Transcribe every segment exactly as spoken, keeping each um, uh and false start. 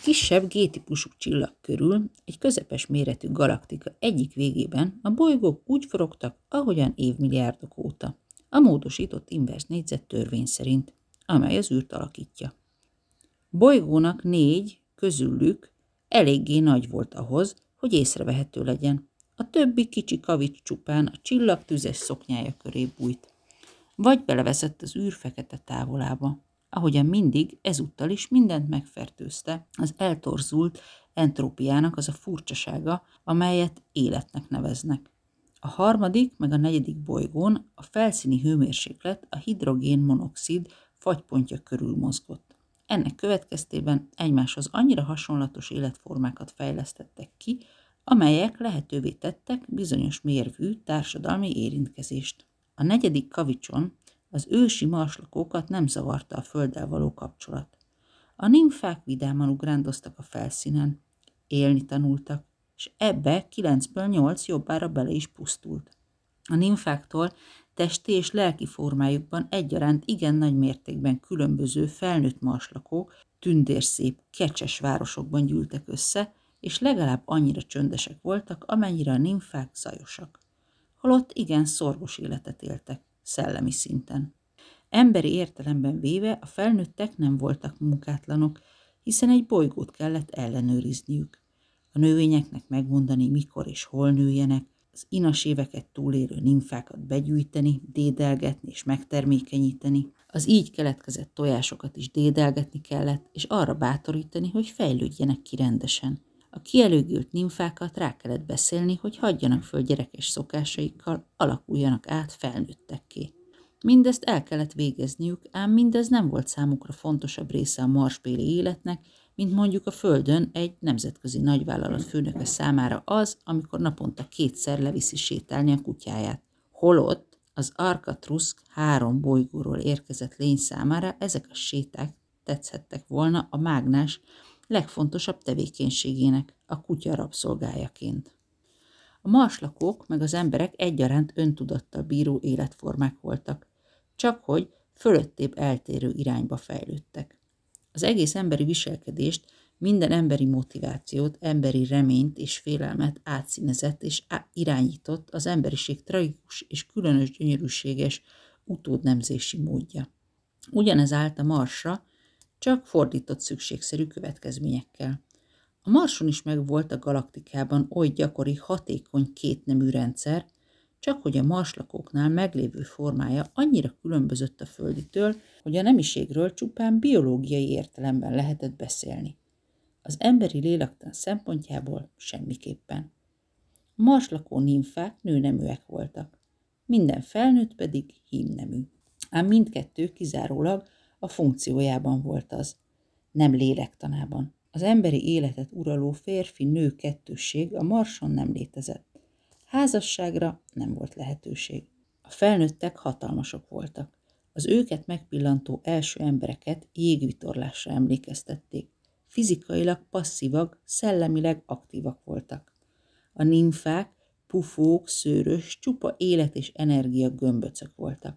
kisebb G-típusú csillag körül, egy közepes méretű galaktika egyik végében a bolygók úgy forogtak, ahogyan évmilliárdok óta, a módosított inverz négyzet törvény szerint, amely az űrt alakítja. Bolygónak négy közülük eléggé nagy volt ahhoz, hogy észrevehető legyen. A többi kicsi kavics csupán a csillag tüzes szoknyája köré bújt, vagy beleveszett az űr fekete távolába. Ahogyan mindig, ezúttal is mindent megfertőzte az eltorzult entrópiának az a furcsasága, amelyet életnek neveznek. A harmadik meg a negyedik bolygón a felszíni hőmérséklet a hidrogén-monoxid fagypontja körül mozgott. Ennek következtében egymáshoz annyira hasonlatos életformákat fejlesztettek ki, amelyek lehetővé tettek bizonyos mérvű társadalmi érintkezést. A negyedik kavicson az ősi marslakókat nem zavarta a földdel való kapcsolat. A nimfák vidáman ugrándoztak a felszínen, élni tanultak, és ebbe kilencből nyolc jobbára bele is pusztult. A nimfáktól testi és lelki formájukban egyaránt igen nagy mértékben különböző felnőtt marslakók tündérszép, kecses városokban gyűltek össze, és legalább annyira csöndesek voltak, amennyire a nimfák zajosak. Holott igen szorgos életet éltek, szellemi szinten. Emberi értelemben véve a felnőttek nem voltak munkátlanok, hiszen egy bolygót kellett ellenőrizniük. A növényeknek megmondani, mikor és hol nőjenek, az inas éveket túlélő nimfákat begyűjteni, dédelgetni és megtermékenyíteni. Az így keletkezett tojásokat is dédelgetni kellett, és arra bátorítani, hogy fejlődjenek ki rendesen. A kielőgült nimfákat rá kellett beszélni, hogy hagyjanak föl gyerekes szokásaikkal, alakuljanak át felnőttekké. Mindezt el kellett végezniük, ám mindez nem volt számukra fontosabb része a marsbéli életnek, mint mondjuk a Földön egy nemzetközi nagyvállalat főnöke számára az, amikor naponta kétszer leviszi sétálni a kutyáját. Holott az Arcatrusz három bolygóról érkezett lény számára ezek a séták tetszhettek volna a mágnás legfontosabb tevékenységének, a kutya rabszolgájaként. A marslakók meg az emberek egyaránt öntudattal bíró életformák voltak, csak hogy fölöttébb eltérő irányba fejlődtek. Az egész emberi viselkedést, minden emberi motivációt, emberi reményt és félelmet átszínezett és irányított az emberiség tragikus és különös gyönyörűséges utódnemzési módja. Ugyanez állt a Marsra, csak fordított szükségszerű következményekkel. A Marson is megvolt a galaktikában oly gyakori, hatékony kétnemű rendszer, csak hogy a marslakóknál meglévő formája annyira különbözött a földitől, hogy a nemiségről csupán biológiai értelemben lehetett beszélni. Az emberi lélektan szempontjából semmiképpen. A marslakó nimfák nőneműek voltak, minden felnőtt pedig hímnemű. Ám mindkettő kizárólag a funkciójában volt az, nem lélektanában. Az emberi életet uraló férfi-nő kettősség a Marson nem létezett. Házasságra nem volt lehetőség. A felnőttek hatalmasok voltak. Az őket megpillantó első embereket jégvitorlásra emlékeztették. Fizikailag passzívak, szellemileg aktívak voltak. A nimfák pufók, szőrös, csupa élet és energia gömböcök voltak.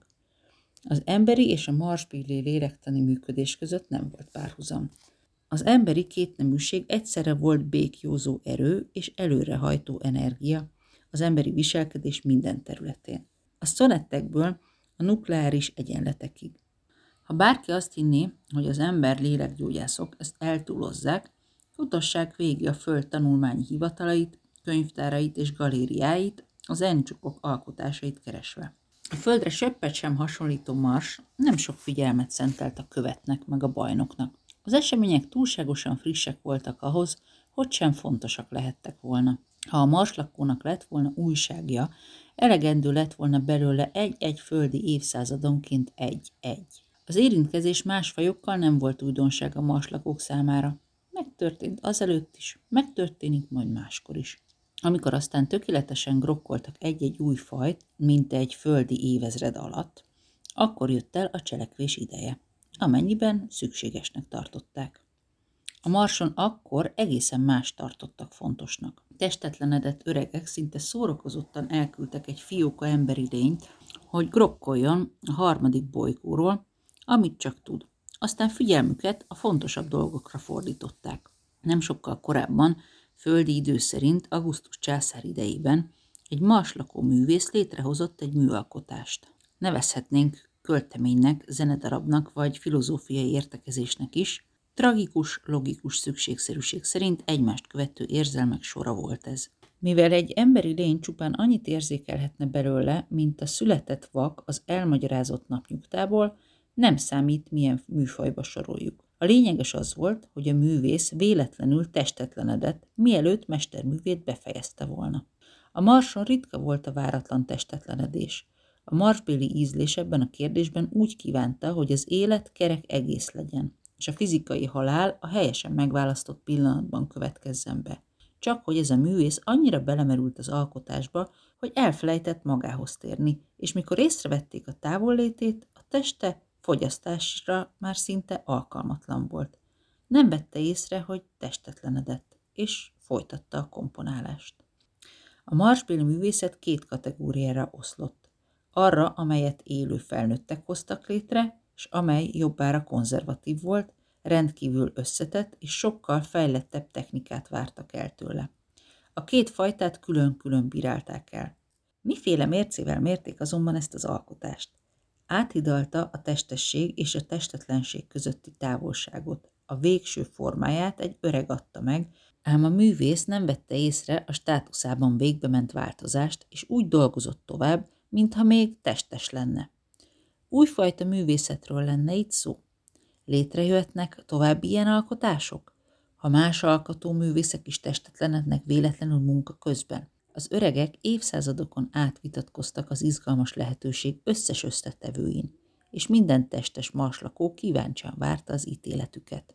Az emberi és a marsbéli lélektani működés között nem volt párhuzam. Az emberi kétneműség egyszerre volt békjózó erő és előrehajtó energia az emberi viselkedés minden területén. A szonettekből a nukleáris egyenletekig. Ha bárki azt hinné, hogy az ember lélekgyógyászok ezt eltúlozzák, futassák végig a Föld tanulmányi hivatalait, könyvtárait és galériáit, az encsukok alkotásait keresve. A Földre söppet sem hasonlító Mars nem sok figyelmet szentelt a követnek meg a bajnoknak. Az események túlságosan frissek voltak ahhoz, hogy sem fontosak lehettek volna. Ha a marslakónak lett volna újságja, elegendő lett volna belőle egy-egy földi évszázadonként egy-egy. Az érintkezés más fajokkal nem volt újdonság a marslakók számára. Megtörtént azelőtt is, megtörténik majd máskor is. Amikor aztán tökéletesen grokkoltak egy-egy új fajt, mint egy földi évezred alatt, akkor jött el a cselekvés ideje, amennyiben szükségesnek tartották. A Marson akkor egészen más tartottak fontosnak. Testetlenedett öregek szinte szórakozottan elküldtek egy fióka emberi lényt, hogy grokkoljon a harmadik bolygóról, amit csak tud. Aztán figyelmüket a fontosabb dolgokra fordították. Nem sokkal korábban, földi idő szerint Augustus császár idejében egy marslakó művész létrehozott egy műalkotást. Nevezhetnénk költeménynek, zenedarabnak vagy filozófiai értekezésnek is. Tragikus, logikus szükségszerűség szerint egymást követő érzelmek sora volt ez. Mivel egy emberi lény csupán annyit érzékelhetne belőle, mint a született vak az elmagyarázott napnyugtából, nem számít, milyen műfajba soroljuk. A lényeges az volt, hogy a művész véletlenül testetlenedett, mielőtt mesterművét befejezte volna. A Marson ritka volt a váratlan testetlenedés. A marsbéli ízlés ebben a kérdésben úgy kívánta, hogy az élet kerek egész legyen, és a fizikai halál a helyesen megválasztott pillanatban következzen be. Csak hogy ez a művész annyira belemerült az alkotásba, hogy elfelejtett magához térni, és mikor észrevették a távollétét, a teste fogyasztásra már szinte alkalmatlan volt. Nem vette észre, hogy testetlenedett, és folytatta a komponálást. A marsbéli művészet két kategóriára oszlott. Arra, amelyet élő felnőttek hoztak létre, és amely jobbára konzervatív volt, rendkívül összetett és sokkal fejlettebb technikát vártak el tőle. A két fajtát külön-külön bírálták el. Miféle mércével mérték azonban ezt az alkotást? Áthidalta a testesség és a testetlenség közötti távolságot. A végső formáját egy öreg adta meg, ám a művész nem vette észre a státuszában végbement változást, és úgy dolgozott tovább, mintha még testes lenne. Újfajta művészetről lenne itt szó. Létrejöhetnek további ilyen alkotások? Ha más alkotó művészek is testetlenednek véletlenül munka közben. Az öregek évszázadokon át vitatkoztak az izgalmas lehetőség összes összetevőin, és minden testes marslakó kíváncsian várta az ítéletüket.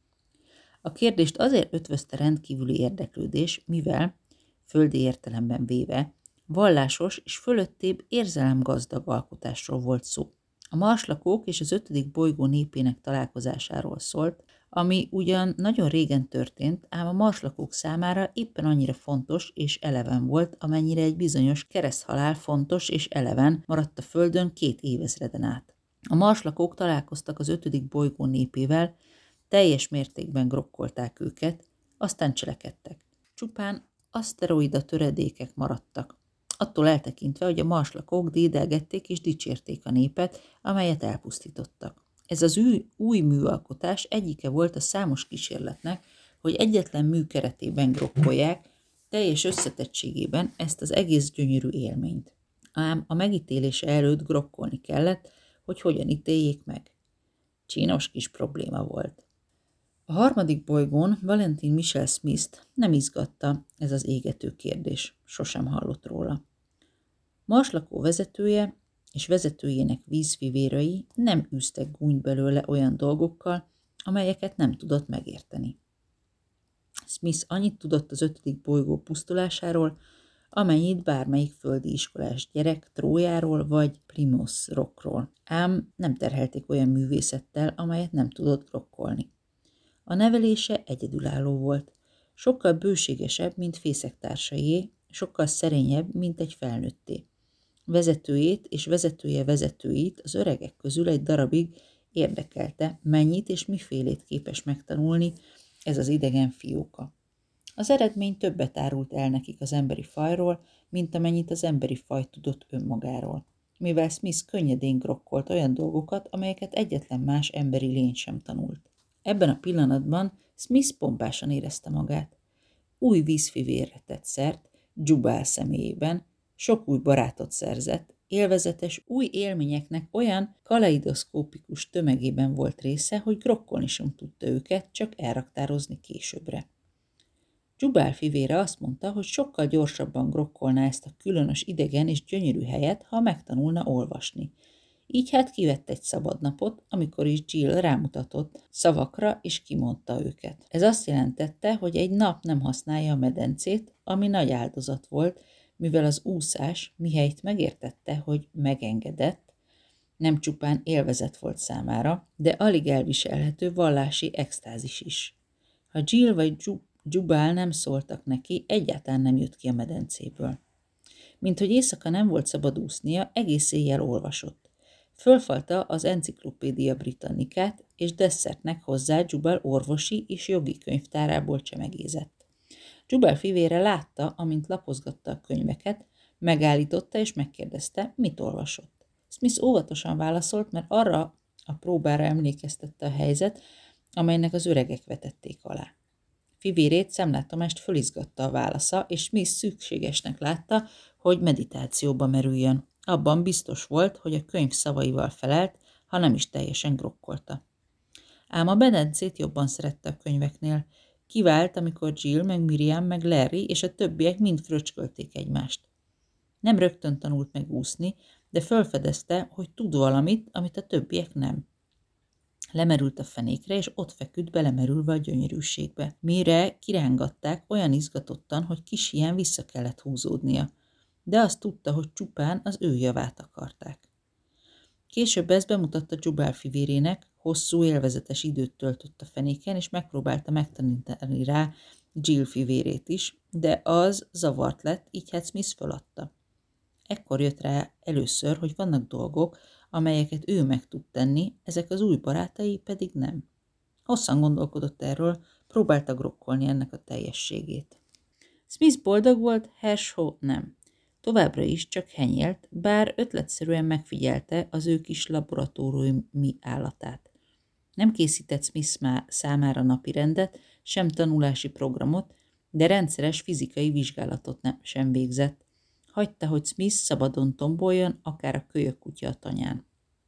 A kérdést azért ötvözte rendkívüli érdeklődés, mivel, földi értelemben véve, vallásos és fölöttébb érzelemgazdag alkotásról volt szó. A marslakók és az ötödik bolygó népének találkozásáról szólt, ami ugyan nagyon régen történt, ám a marslakók számára éppen annyira fontos és eleven volt, amennyire egy bizonyos kereszthalál fontos és eleven maradt a Földön két évezreden át. A marslakók találkoztak az ötödik bolygó népével, teljes mértékben grokkolták őket, aztán cselekedtek. Csupán aszteroida töredékek maradtak, attól eltekintve, hogy a marslakók dédelgették és dicsérték a népet, amelyet elpusztítottak. Ez az új, új műalkotás egyike volt a számos kísérletnek, hogy egyetlen mű keretében grokkolják, teljes összetettségében ezt az egész gyönyörű élményt. Ám a megítélése előtt grokkolni kellett, hogy hogyan ítéljék meg. Csinos kis probléma volt. A harmadik bolygón Valentin Michel Smith-t nem izgatta ez az égető kérdés, sosem hallott róla. Marslakó vezetője és vezetőjének vízfivérei nem űztek gúnyt belőle olyan dolgokkal, amelyeket nem tudott megérteni. Smith annyit tudott az ötödik bolygó pusztulásáról, amennyit bármelyik földi iskolás gyerek Trójáról vagy Plymouth Rockról, ám nem terhelték olyan művészettel, amelyet nem tudott grokkolni. A nevelése egyedülálló volt, sokkal bőségesebb, mint fészektársaié, sokkal szerényebb, mint egy felnőtté. Vezetőjét és vezetője vezetőit az öregek közül egy darabig érdekelte, mennyit és mifélét képes megtanulni ez az idegen fióka. Az eredmény többet árult el nekik az emberi fajról, mint amennyit az emberi faj tudott önmagáról, mivel Smith könnyedén grokkolt olyan dolgokat, amelyeket egyetlen más emberi lény sem tanult. Ebben a pillanatban Smith pompásan érezte magát. Új vízfivérre tett szert, Jubal személyében, sok új barátot szerzett, élvezetes új élményeknek olyan kaleidoszkópikus tömegében volt része, hogy grokkolni sem tudta őket, csak elraktározni későbbre. Jubal fivére azt mondta, hogy sokkal gyorsabban grokkolná ezt a különös idegen és gyönyörű helyet, ha megtanulna olvasni. Így hát kivett egy szabadnapot, amikor is Jill rámutatott szavakra és kimondta őket. Ez azt jelentette, hogy egy nap nem használja a medencét, ami nagy áldozat volt, mivel az úszás, mihelyt megértette, hogy megengedett, nem csupán élvezet volt számára, de alig elviselhető vallási extázis is. Ha Jill vagy Jubal nem szóltak neki, egyáltalán nem jött ki a medencéből. Mint hogy éjszaka nem volt szabad úsznia, egész éjjel olvasott. Fölfalta az Enciklopédia Britannicát, és desszertnek hozzá Jubal orvosi és jogi könyvtárából csemegézett. Jubal fivére látta, amint lapozgatta a könyveket, megállította és megkérdezte, mit olvasott. Smith óvatosan válaszolt, mert arra a próbára emlékeztette a helyzet, amelynek az öregek vetették alá. Fivérét szemlátomást fölizgatta a válasza, és Smith szükségesnek látta, hogy meditációba merüljön. Abban biztos volt, hogy a könyv szavaival felelt, ha nem is teljesen grokkolta. Ám a Bedencét jobban szerette a könyveknél. Kivált, amikor Jill, meg Miriam, meg Larry és a többiek mind fröcskölték egymást. Nem rögtön tanult meg úszni, de felfedezte, hogy tud valamit, amit a többiek nem. Lemerült a fenékre, és ott feküdt belemerülve a gyönyörűségbe. Mire kirángatták olyan izgatottan, hogy kis ilyen vissza kellett húzódnia. De azt tudta, hogy csupán az ő javát akarták. Később ezt bemutatta Jubal fivérének, hosszú, élvezetes időt töltött a fenéken, és megpróbálta megtanítani rá Jill fivérét is, de az zavart lett, így hát Smith föladta. Ekkor jött rá először, hogy vannak dolgok, amelyeket ő meg tud tenni, ezek az új barátai pedig nem. Hosszan gondolkodott erről, próbálta grokkolni ennek a teljességét. Smith boldog volt, Hershey nem. Továbbra is csak henyélt, bár ötletszerűen megfigyelte az ő kis laboratóriumi állatát. Nem készített Smith számára napirendet, sem tanulási programot, de rendszeres fizikai vizsgálatot nem, sem végzett. Hagyta, hogy Smith szabadon tomboljon, akár a kölyök kutya a tanyán.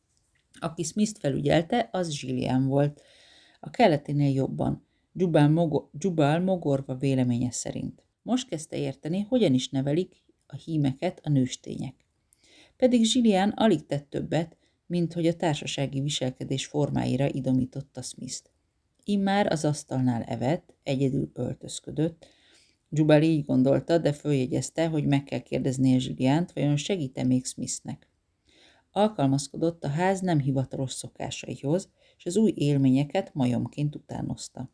Aki Smith-t felügyelte, az Gillian volt. A kelleténél jobban, Jubal, Mogo- Jubal mogorva véleménye szerint. Most kezdte érteni, hogyan is nevelik a hímeket a nőstények. Pedig Gillian alig tett többet, mint hogy a társasági viselkedés formáira idomította Smith-t. Immár az asztalnál evett, egyedül öltözködött. Jubal így gondolta, de följegyezte, hogy meg kell kérdeznie Gilliant, vajon segít-e még Smithnek. Alkalmazkodott a ház nem hivatalos szokásaihoz, és az új élményeket majomként utánozta.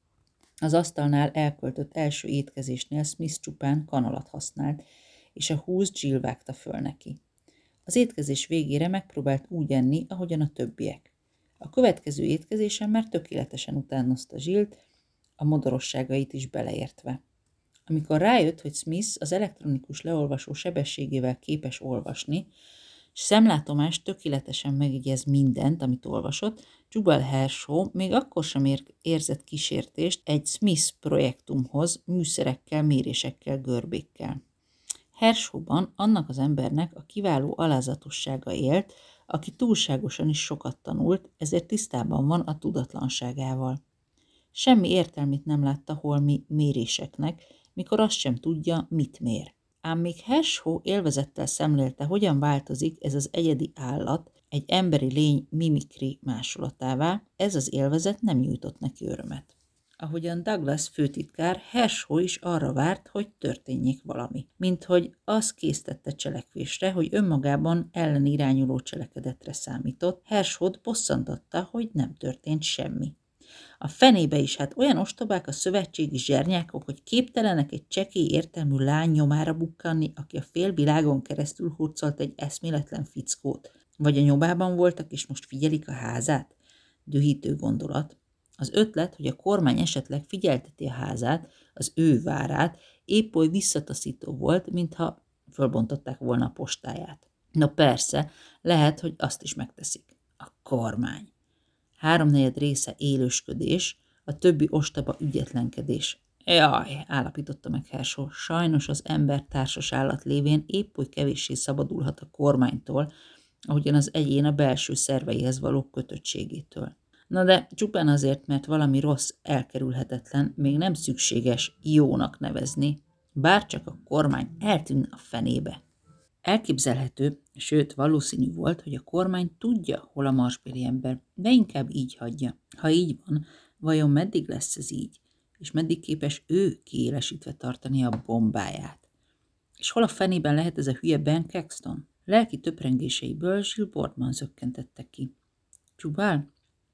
Az asztalnál elköltött első étkezésnél Smith csupán kanalat használt, és a húst Jill vágta föl neki. Az étkezés végére megpróbált úgy enni, ahogyan a többiek. A következő étkezésen már tökéletesen utánozta Jillt, a modorosságait is beleértve. Amikor rájött, hogy Smith az elektronikus leolvasó sebességével képes olvasni, és szemlátomás tökéletesen megjegyez mindent, amit olvasott, Jubal Hershey még akkor sem ér- érzett kísértést egy Smith projektumhoz, műszerekkel, mérésekkel, görbékkel. Hersheyban annak az embernek a kiváló alázatossága élt, aki túlságosan is sokat tanult, ezért tisztában van a tudatlanságával. Semmi értelmét nem látta holmi méréseknek, mikor azt sem tudja, mit mér. Ám még Hershey élvezettel szemlélte, hogyan változik ez az egyedi állat egy emberi lény mimikri másolatává, ez az élvezet nem nyújtott neki örömet. Ahogyan Douglas főtitkár, Hershey is arra várt, hogy történjék valami, mint hogy az késztette cselekvésre, hogy önmagában ellenirányuló cselekedetre számított, Hersheyt bosszantotta, hogy nem történt semmi. A fenébe is, hát olyan ostobák a szövetségi zsernyákok, hogy képtelenek egy csekély értelmű lány nyomára bukkanni, aki a félvilágon keresztül hurcolt egy eszméletlen fickót. Vagy a nyomában voltak, és most figyelik a házát? Dühítő gondolat. Az ötlet, hogy a kormány esetleg figyelteti a házát, az ő várát, épp oly visszataszító volt, mintha fölbontották volna a postáját. No persze, lehet, hogy azt is megteszik. A kormány. Háromnegyed része élősködés, a többi ostoba ügyetlenkedés. Jaj, állapította meg Hershey, sajnos az ember társas állat lévén épp oly kevéssé szabadulhat a kormánytól, ahogyan az egyén a belső szerveihez való kötöttségétől. Na de csupán azért, mert valami rossz, elkerülhetetlen, még nem szükséges jónak nevezni, bárcsak a kormány eltűnne a fenébe. Elképzelhető, sőt valószínű volt, hogy a kormány tudja, hol a marsbéli ember, de inkább így hagyja. Ha így van, vajon meddig lesz ez így, és meddig képes ő kiélesítve tartani a bombáját? És hol a fenében lehet ez a hülye Ben Caxton? Lelki töprengéseiből Jill Boardman zökkentette ki. Jubal?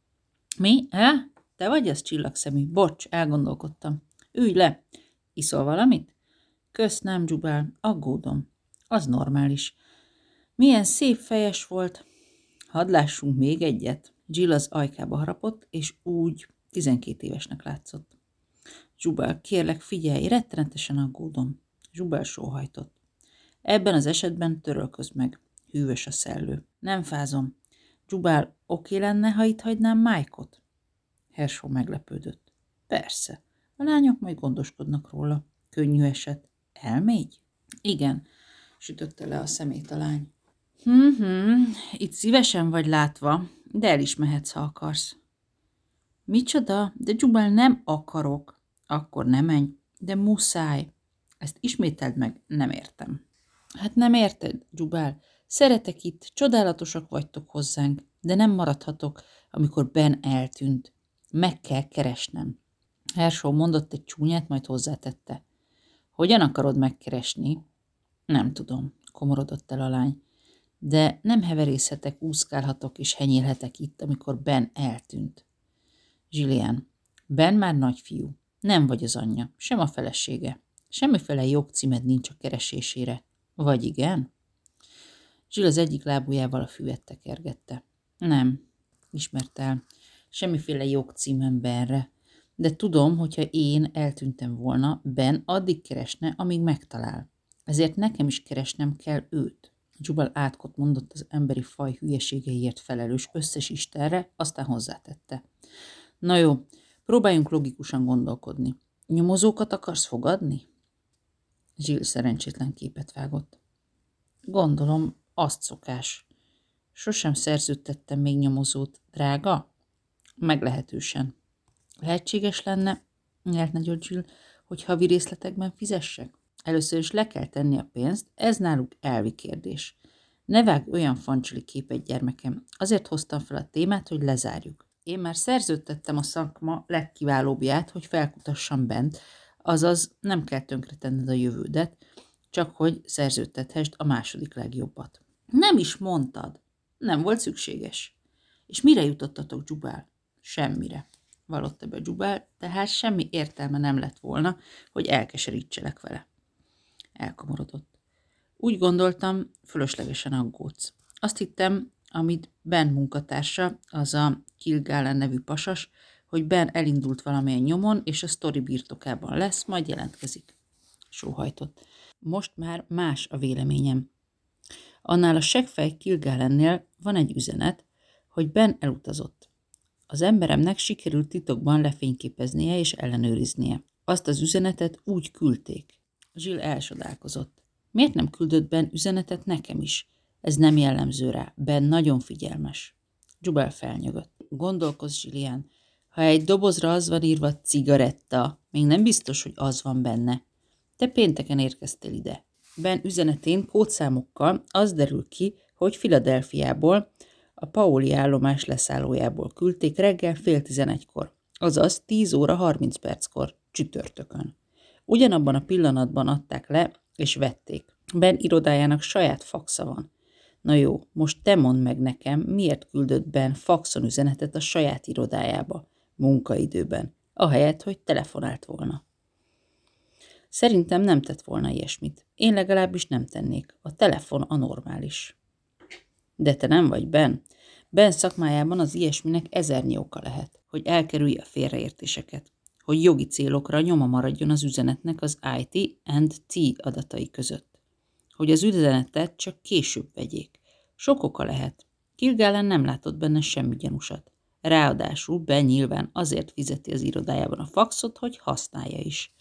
Mi? He? Te vagy az csillagszemű? Bocs, elgondolkodtam. Ülj le. Iszol valamit? Kösz, nem, Jubal, aggódom. Az normális. Milyen szép fejes volt. Hadd lássunk még egyet. Jill az ajkába harapott, és úgy tizenkét évesnek látszott. Zsubál, kérlek, figyelj, rettenetesen aggódom. Zsubál sóhajtott. Ebben az esetben törölközd meg. Hűvös a szellő. Nem fázom. Zsubál, oké lenne, ha itt hagynám Mike-ot? Hershey meglepődött. Persze. A lányok majd gondoskodnak róla. Könnyű eset. Elmégy? Igen, sütötte le a szemét a lány. Hm-hm, itt szívesen vagy látva, de el is mehetsz, ha akarsz. Micsoda? De Zsubál, nem akarok. Akkor nem menj, de muszáj. Ezt ismételd meg, nem értem. Hát nem érted, Zsubál. Szeretek itt, csodálatosak vagytok hozzánk, de nem maradhatok, amikor Ben eltűnt. Meg kell keresnem. Hershey mondott egy csúnyát, majd hozzátette. Hogyan akarod megkeresni? Nem tudom, komorodott el a lány. De nem heverészhetek, úszkálhatok és henyélhetek itt, amikor Ben eltűnt. Jillian, Ben már nagyfiú. Nem vagy az anyja, sem a felesége. Semmiféle jogcímed nincs a keresésére. Vagy igen? Jill az egyik lábujjával a füvet tekergette. Nem, ismert el. Semmiféle jogcímem Benre. De tudom, hogyha én eltűntem volna, Ben addig keresne, amíg megtalál. Ezért nekem is keresnem kell őt. Zsubál átkot mondott az emberi faj hülyeségeiért felelős összes istenre, aztán hozzátette. Na jó, próbáljunk logikusan gondolkodni. Nyomozókat akarsz fogadni? Jill szerencsétlen képet vágott. Gondolom, azt szokás. Sosem szerződtettem még nyomozót, drága? Meglehetősen. Lehetséges lenne, nyelt nagyot Jill, hogy havi részletekben fizessek? Először is le kell tenni a pénzt, ez náluk elvi kérdés. Ne vágj olyan fancsoli képet, gyermekem. Azért hoztam fel a témát, hogy lezárjuk. Én már szerződtettem a szakma legkiválóbbját, hogy felkutassam bent, azaz nem kell tönkretenned a jövődet, csak hogy szerződtethest a második legjobbat. Nem is mondtad. Nem volt szükséges. És mire jutottatok, Zsubál? Semmire, vallotta be Zsubál, tehát semmi értelme nem lett volna, hogy elkeserítselek vele. Elkomorodott. Úgy gondoltam, fölöslegesen aggódsz. Azt hittem, amit Ben munkatársa, az a Kilgallen nevű pasas, hogy Ben elindult valamilyen nyomon, és a sztori birtokában lesz, majd jelentkezik. Sóhajtott. Most már más a véleményem. Annál a seggfej Kilgallennél van egy üzenet, hogy Ben elutazott. Az emberemnek sikerült titokban lefényképeznie és ellenőriznie. Azt az üzenetet úgy küldték. Jill elsodálkozott. Miért nem küldött Ben üzenetet nekem is? Ez nem jellemző rá. Ben nagyon figyelmes. Zsubál felnyögött. Gondolkozz, Jillian. Ha egy dobozra az van írva cigaretta, még nem biztos, hogy az van benne. Te pénteken érkeztél ide. Ben üzenetén kódszámokkal az derül ki, hogy Philadelphiából, a Paoli állomás leszállójából küldték reggel fél tizenegykor, azaz tíz óra harminc perckor, csütörtökön. Ugyanabban a pillanatban adták le, és vették. Ben irodájának saját faxa van. Na jó, most te mondd meg nekem, miért küldött Ben faxon üzenetet a saját irodájába, munkaidőben, ahelyett, hogy telefonált volna. Szerintem nem tett volna ilyesmit. Én legalábbis nem tennék. A telefon anormális. De te nem vagy Ben. Ben szakmájában az ilyesminek ezernyi oka lehet, hogy elkerülje a félreértéseket, hogy jogi célokra nyoma maradjon az üzenetnek az I T and T adatai között, hogy az üzenetet csak később vegyék. Sok oka lehet. Kilgallen nem látott benne semmi gyanúsat. Ráadásul Ben nyilván azért fizeti az irodájában a faxot, hogy használja is.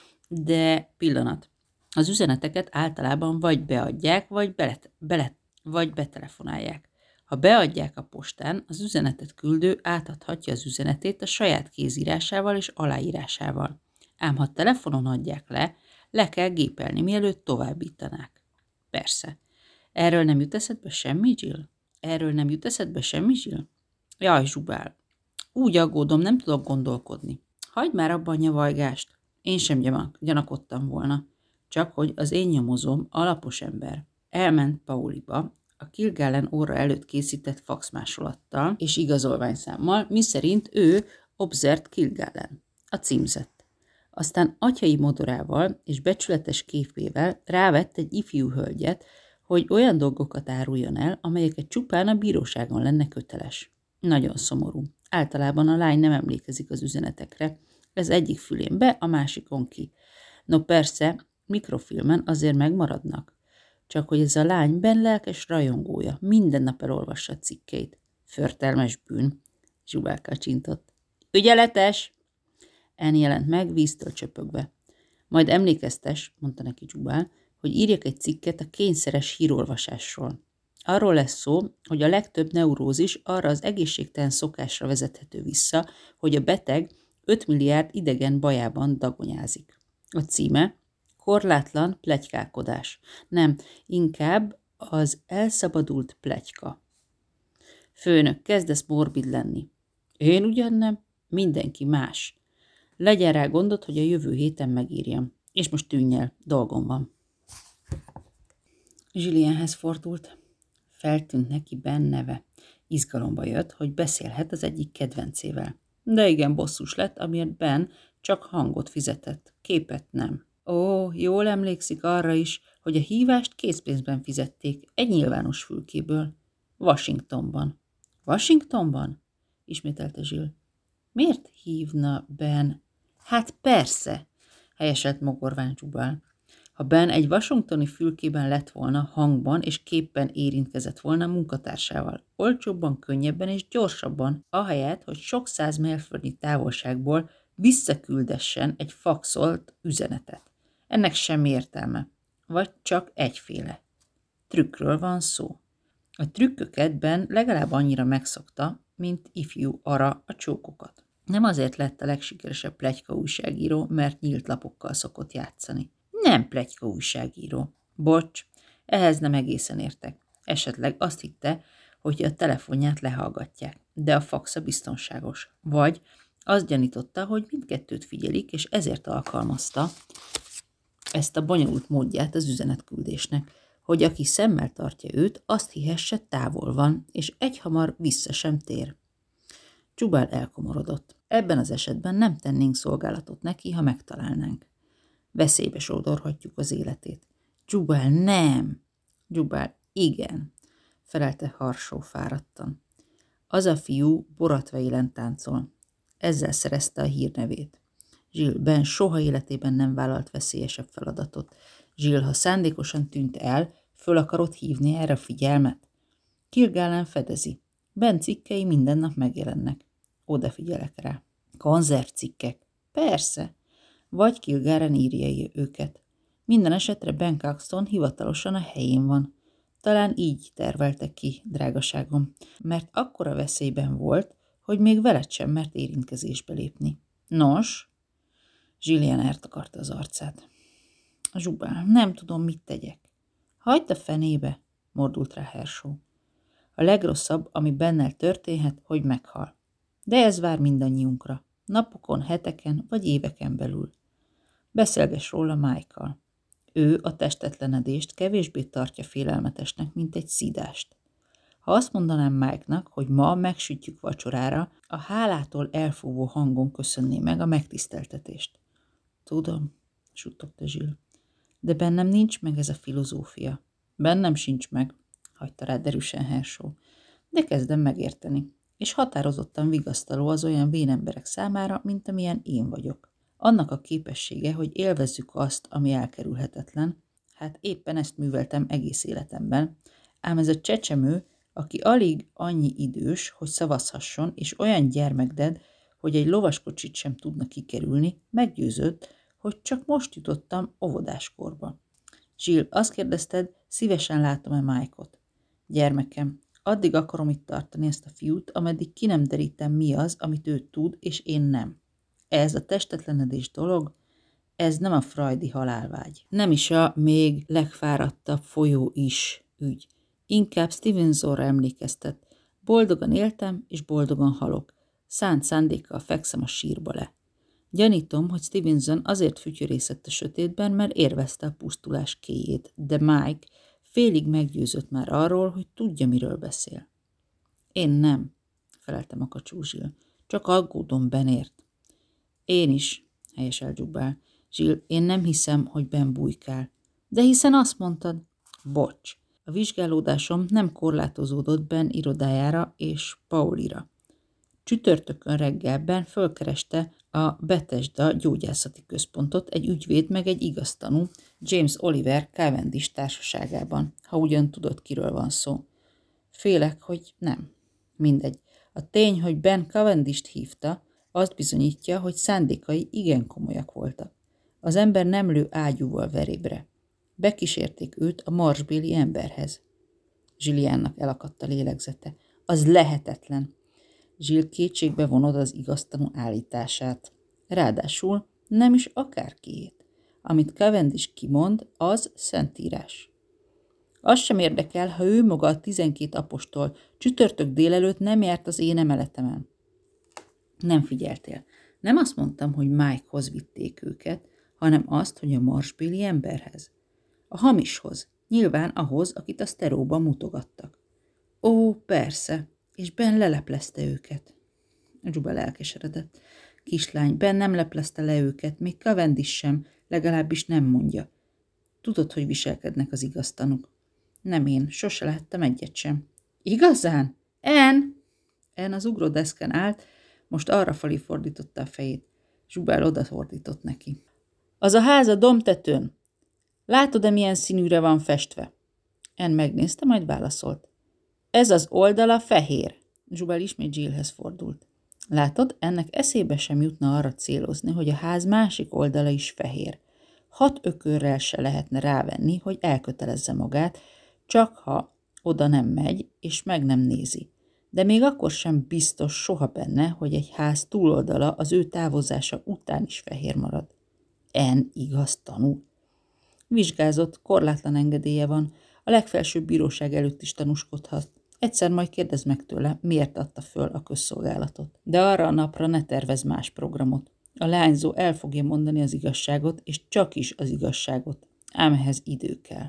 De pillanat. Az üzeneteket általában vagy beadják, vagy, bele, bele, vagy betelefonálják. Ha beadják a postán, az üzenetet küldő átadhatja az üzenetét a saját kézírásával és aláírásával. Ám ha telefonon adják le, le kell gépelni, mielőtt továbbítanák. Persze. Erről nem jut eszedbe semmi, Jill? Erről nem jut eszedbe semmi, Jill? Jaj, Zsubál. Úgy aggódom, nem tudok gondolkodni. Hagyd már abba a nyavajgást. Én sem gyanak, gyanakodtam volna. Csak hogy az én nyomozóm alapos ember. Elment Pauliba, a Kilgallen óra előtt készített faxmásolattal és igazolványszámmal, miszerint ő Obzert Kilgallen, a címzett. Aztán atyai modorával és becsületes képével rávett egy ifjú hölgyet, hogy olyan dolgokat áruljon el, amelyeket csupán a bíróságon lenne köteles. Nagyon szomorú. Általában a lány nem emlékezik az üzenetekre, ez egyik fülén be, a másikon ki. No persze, mikrofilmen azért megmaradnak. Csak hogy ez a lány ben lelkes rajongója, minden nap elolvassa a cikkeit. Förtelmes bűn, Zsubál kacsintott. Ügyeletes! En jelent meg, víztől csöpögve. Majd emlékeztes, mondta neki Zsubál, hogy írjak egy cikket a kényszeres hírolvasásról. Arról lesz szó, hogy a legtöbb neurózis arra az egészségtelen szokásra vezethető vissza, hogy a beteg öt milliárd idegen bajában dagonyázik. A címe Korlátlan pletykálkodás. Nem, inkább az elszabadult pletyka. Főnök, kezdesz morbid lenni. Én ugyan nem, mindenki más. Legyen rá gondod, hogy a jövő héten megírjam. És most tűnj el, dolgom van. Julienhez fordult. Feltűnt neki Ben neve. Izgalomba jött, hogy beszélhet az egyik kedvencével. De igen bosszus lett, amiért Ben csak hangot fizetett, képet nem. Ó, jól emlékszik arra is, hogy a hívást készpénzben fizették, egy nyilvános fülkéből. Washingtonban. Washingtonban? Ismételte Jill. Miért hívna Ben? Hát persze, helyeselt mogorván Zsubál. Ha Ben egy washingtoni fülkében lett volna, hangban és képpen érintkezett volna munkatársával, olcsóbban, könnyebben és gyorsabban, ahelyett, hogy sok száz mérföldnyi távolságból visszaküldessen egy faxolt üzenetet. Ennek semmi értelme, vagy csak egyféle. Trükkről van szó. A trükköket Ben legalább annyira megszokta, mint ifjú Ara a csókokat. Nem azért lett a legsikeresebb pletyka újságíró, mert nyílt lapokkal szokott játszani. Nem pletyka újságíró. Bocs, ehhez nem egészen értek. Esetleg azt hitte, hogy a telefonját lehallgatják, de a faxa biztonságos. Vagy azt gyanította, hogy mindkettőt figyelik, és ezért alkalmazta ezt a bonyolult módját az üzenetküldésnek, hogy aki szemmel tartja őt, azt hihesse, távol van, és egyhamar vissza sem tér. Zsubál elkomorodott. Ebben az esetben nem tennénk szolgálatot neki, ha megtalálnánk. Veszélybe sodorhatjuk az életét. Zsubál, nem! Zsubál, igen, felelte Harsó fáradtan. Az a fiú boratva élen táncol. Ezzel szerezte a hírnevét. Jill, Ben soha életében nem vállalt veszélyesebb feladatot. Jill, ha szándékosan tűnt el, föl akarod hívni erre a figyelmet? Kilgálán fedezi. Ben cikkei minden nap megjelennek. Odafigyelek rá. Konzervcikkek. Persze. Vagy Kilgáren írja őket. Minden esetre Ben Caxton hivatalosan a helyén van. Talán így tervelte ki, drágaságom, mert akkora veszélyben volt, hogy még veled sem mert érintkezésbe lépni. Nos? Julien eltakarta az arcát. Zsubál, nem tudom, mit tegyek. Hagyd a fenébe, mordult rá Herschel. A legrosszabb, ami bennel történhet, hogy meghal. De ez vár mindannyiunkra. Napokon, heteken vagy éveken belül. Beszélgess róla Mike-kal. Ő a testetlenedést kevésbé tartja félelmetesnek, mint egy szídást. Ha azt mondanám Mike-nak, hogy ma megsütjük vacsorára, a hálától elfúvó hangon köszönné meg a megtiszteltetést. Tudom, suttogta Jill. De bennem nincs meg ez a filozófia. Bennem sincs meg, hagyta rá derűsen Herschel. De kezdem megérteni, és határozottan vigasztaló az olyan vén emberek számára, mint amilyen én vagyok. Annak a képessége, hogy élvezzük azt, ami elkerülhetetlen, hát éppen ezt műveltem egész életemben, ám ez a csecsemő, aki alig annyi idős, hogy szavazhasson, és olyan gyermekded, hogy egy lovaskocsit sem tudna kikerülni, meggyőzött, hogy csak most jutottam óvodáskorba. Jill, azt kérdezted, szívesen látom-e Mike-ot? Gyermekem, addig akarom itt tartani ezt a fiút, ameddig ki nem derítem, mi az, amit ő tud, és én nem. Ez a testetlenedés dolog, ez nem a freudi halálvágy. Nem is a még legfáradtabb folyó is ügy. Inkább Stevensonra emlékeztet. Boldogan éltem, és boldogan halok. Szánt szándékkal fekszem a sírba le. Gyanítom, hogy Stevenson azért fütyörészett a sötétben, mert érvezte a pusztulás kéjét, de Mike félig meggyőzött már arról, hogy tudja, miről beszél. Én nem, feleltem a kacsú Jill. Csak aggódom Benért. Én is, helyesel Zsubál. Jill, én nem hiszem, hogy Ben bujkál. De hiszen azt mondtad. Bocs, a vizsgálódásom nem korlátozódott Ben irodájára és Paulira. Csütörtökön reggelben fölkereste a Bethesda gyógyászati központot egy ügyvéd meg egy igaztanú James Oliver Cavendish társaságában, ha ugyan tudod, kiről van szó. Félek, hogy nem. Mindegy. A tény, hogy Ben Cavendist hívta, azt bizonyítja, hogy szándékai igen komolyak voltak. Az ember nem lő ágyúval verébre. Bekísérték őt a marsbéli emberhez. Zsiliánnak elakadt a lélegzete. Az lehetetlen. Zsill kétségbe vonod az igaztanú állítását. Ráadásul nem is akárkiét. Amit Cavendish kimond, az szentírás. Az sem érdekel, ha ő maga a tizenkét apostol csütörtök délelőtt nem járt az én emeletemen. Nem figyeltél. Nem azt mondtam, hogy Mikehoz vitték őket, hanem azt, hogy a marsbéli emberhez. A hamishoz, nyilván ahhoz, akit a szteróban mutogattak. Ó, persze, és Ben leleplezte őket. Jubal elkeseredett. Kislány, Ben nem leplezte le őket, még Cavendish sem, legalábbis nem mondja. Tudod, hogy viselkednek az igaztanúk. Nem én, sose láttam egyet sem. Igazán? En? En az ugródeszken állt, most arrafelé fordította a fejét. Zsubál odafordított neki. Az a ház a dombtetőn. Látod-e, milyen színűre van festve? En megnézte, majd válaszolt. Ez az oldala fehér. Zsubál ismét Jillhez fordult. Látod, ennek eszébe sem jutna arra célozni, hogy a ház másik oldala is fehér. Hat ökörrel se lehetne rávenni, hogy elkötelezze magát, csak ha oda nem megy, és meg nem nézi. De még akkor sem biztos soha benne, hogy egy ház túloldala az ő távozása után is fehér marad. En igaz tanú. Vizsgázott, korlátlan engedélye van, a legfelsőbb bíróság előtt is tanúskodhat. Egyszer majd kérdezd meg tőle, miért adta föl a közszolgálatot. De arra a napra ne tervezz más programot. A leányzó el fogja mondani az igazságot, és csak is az igazságot. Ám ehhez idő kell.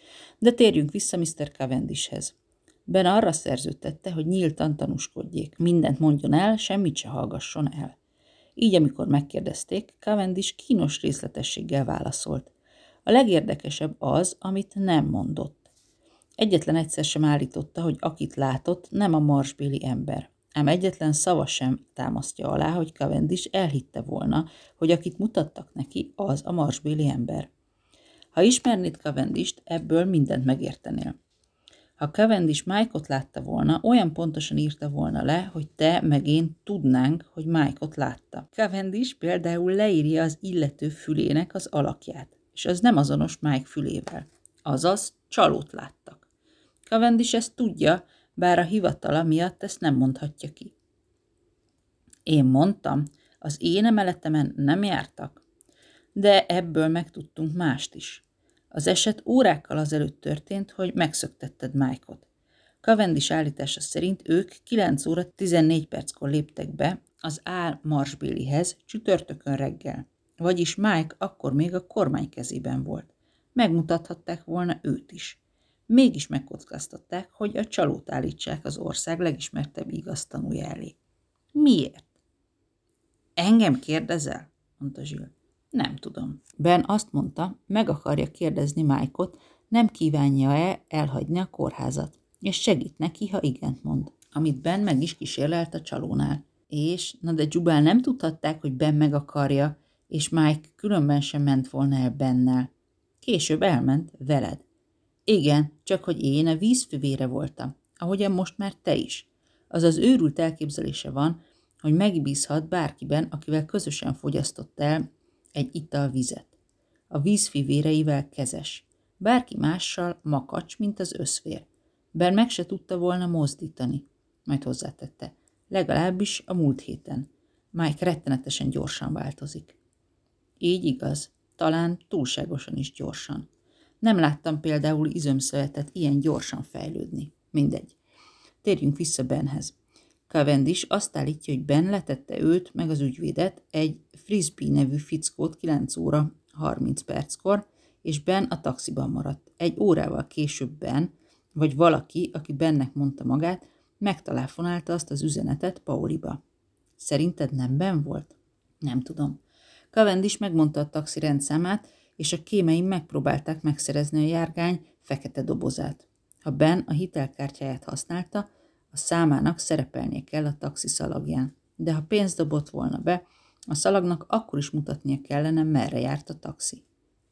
De térjünk vissza miszter Cavendishhez. Ben arra szerződtette, hogy nyíltan tanúskodjék, mindent mondjon el, semmit se hallgasson el. Így, amikor megkérdezték, Cavendish kínos részletességgel válaszolt. A legérdekesebb az, amit nem mondott. Egyetlen egyszer sem állította, hogy akit látott, nem a marsbéli ember. Ám egyetlen szava sem támasztja alá, hogy Cavendish elhitte volna, hogy akit mutattak neki, az a marsbéli ember. Ha ismernéd Cavendist, ebből mindent megértenél. Ha Cavendish Mike-ot látta volna, olyan pontosan írta volna le, hogy te meg én tudnánk, hogy Mike-ot látta. Cavendish például leírja az illető fülének az alakját, és az nem azonos Mike fülével. Azaz, csalót láttak. Cavendish ezt tudja, bár a hivatala miatt ezt nem mondhatja ki. Én mondtam, az én emeletemen nem jártak, de ebből megtudtunk mást is. Az eset órákkal azelőtt történt, hogy megszöktetted Mike-ot. Cavendish állítása szerint ők kilenc óra tizennégy perckor léptek be az Ál Marsbélihez csütörtökön reggel, vagyis Mike akkor még a kormány kezében volt. Megmutathatták volna őt is. Mégis megkockáztatták, hogy a csalót állítsák az ország legismertebb igaztanúja elé. Miért? Engem kérdezel? Mondta Jill. Nem tudom. Ben azt mondta, meg akarja kérdezni Mike-ot, nem kívánja-e elhagyni a kórházat, és segít neki, ha igent mond. Amit Ben meg is kísérlelt a csalónál. És, na de Jubal nem tudhatták, hogy Ben meg akarja, és Mike különben sem ment volna el Bennel. Később elment veled. Igen, csak hogy én a vízfivére voltam, ahogyan most már te is. Azaz őrült elképzelése van, hogy megbízhat bárkiben, akivel közösen fogyasztott el egy ital vizet. A vízfivéreivel kezes. Bárki mással makacs, mint az összvér. Ben meg se tudta volna mozdítani. Majd hozzátette. Legalábbis a múlt héten. Mike rettenetesen gyorsan változik. Így igaz, talán túlságosan is gyorsan. Nem láttam például izomszövetet ilyen gyorsan fejlődni. Mindegy. Térjünk vissza Benhez. Cavendish azt állítja, hogy Ben letette őt meg az ügyvédet, egy Frisbee nevű fickót kilenc óra harminc perckor, és Ben a taxiban maradt. Egy órával később Ben, vagy valaki, aki Bennek mondta magát, megtelefonálta azt az üzenetet Pauliba. Szerinted nem Ben volt? Nem tudom. Cavendish megmondta a taxi rendszámát, és a kémeim megpróbálták megszerezni a járgány fekete dobozát. Ha Ben a hitelkártyáját használta, A számának szerepelnie kell a taxi szalagján, de ha pénzt dobott volna be, a szalagnak akkor is mutatnia kellene, merre járt a taxi.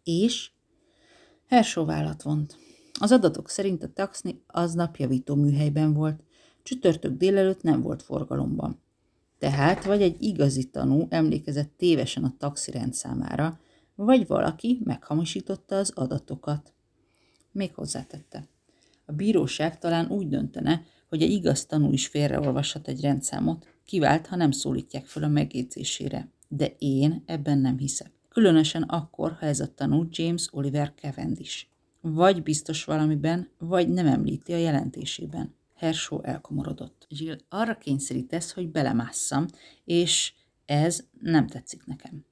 És Herschel vállat vont. Az adatok szerint a taxi aznap javító műhelyben volt, csütörtök délelőtt nem volt forgalomban. Tehát vagy egy igazi tanú emlékezett tévesen a taxi rendszámára, vagy valaki meghamisította az adatokat. Még hozzátette. A bíróság talán úgy döntene, hogy egy igaz tanú is félreolvashat egy rendszámot, kivált, ha nem szólítják fel a megjegyzésére. De én ebben nem hiszek. Különösen akkor, ha ez a tanú James Oliver Cavendish. Vagy biztos valamiben, vagy nem említi a jelentésében. Herschel elkomorodott. Jill arra kényszerítesz, hogy belemásszam, és ez nem tetszik nekem.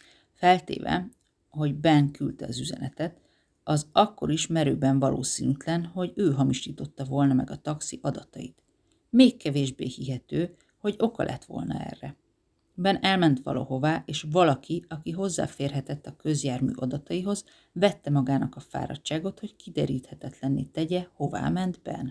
Feltéve, hogy Ben küldte az üzenetet, az akkor is merőben valószínűtlen, hogy ő hamisította volna meg a taxi adatait. Még kevésbé hihető, hogy oka lett volna erre. Ben elment valahová, és valaki, aki hozzáférhetett a közjármű adataihoz, vette magának a fáradtságot, hogy kideríthetetlenné tegye, hová ment Ben.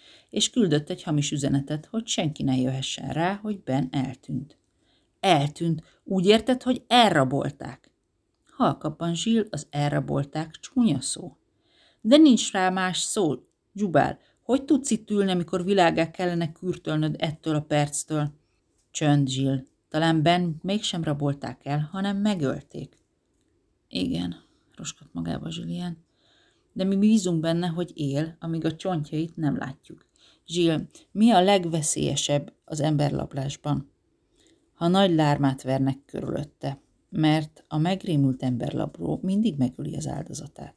És küldött egy hamis üzenetet, hogy senki ne jöhessen rá, hogy Ben eltűnt. Eltűnt. Úgy érted, hogy elrabolták? Halkabban Jill, az elrabolták csúnya szó. De nincs rá más szó, Jubal. Hogy tudsz itt ülni, amikor világgá kellene kürtölnöd ettől a perctől? Csönd, Jill. Talán Ben mégsem rabolták el, hanem megölték. Igen, roskott magába Julian. De mi bízunk benne, hogy él, amíg a csontjait nem látjuk. Jill, mi a legveszélyesebb az emberrablásban? Ha nagy lármát vernek körülötte, mert a megrémült emberrabló mindig megöli az áldozatát.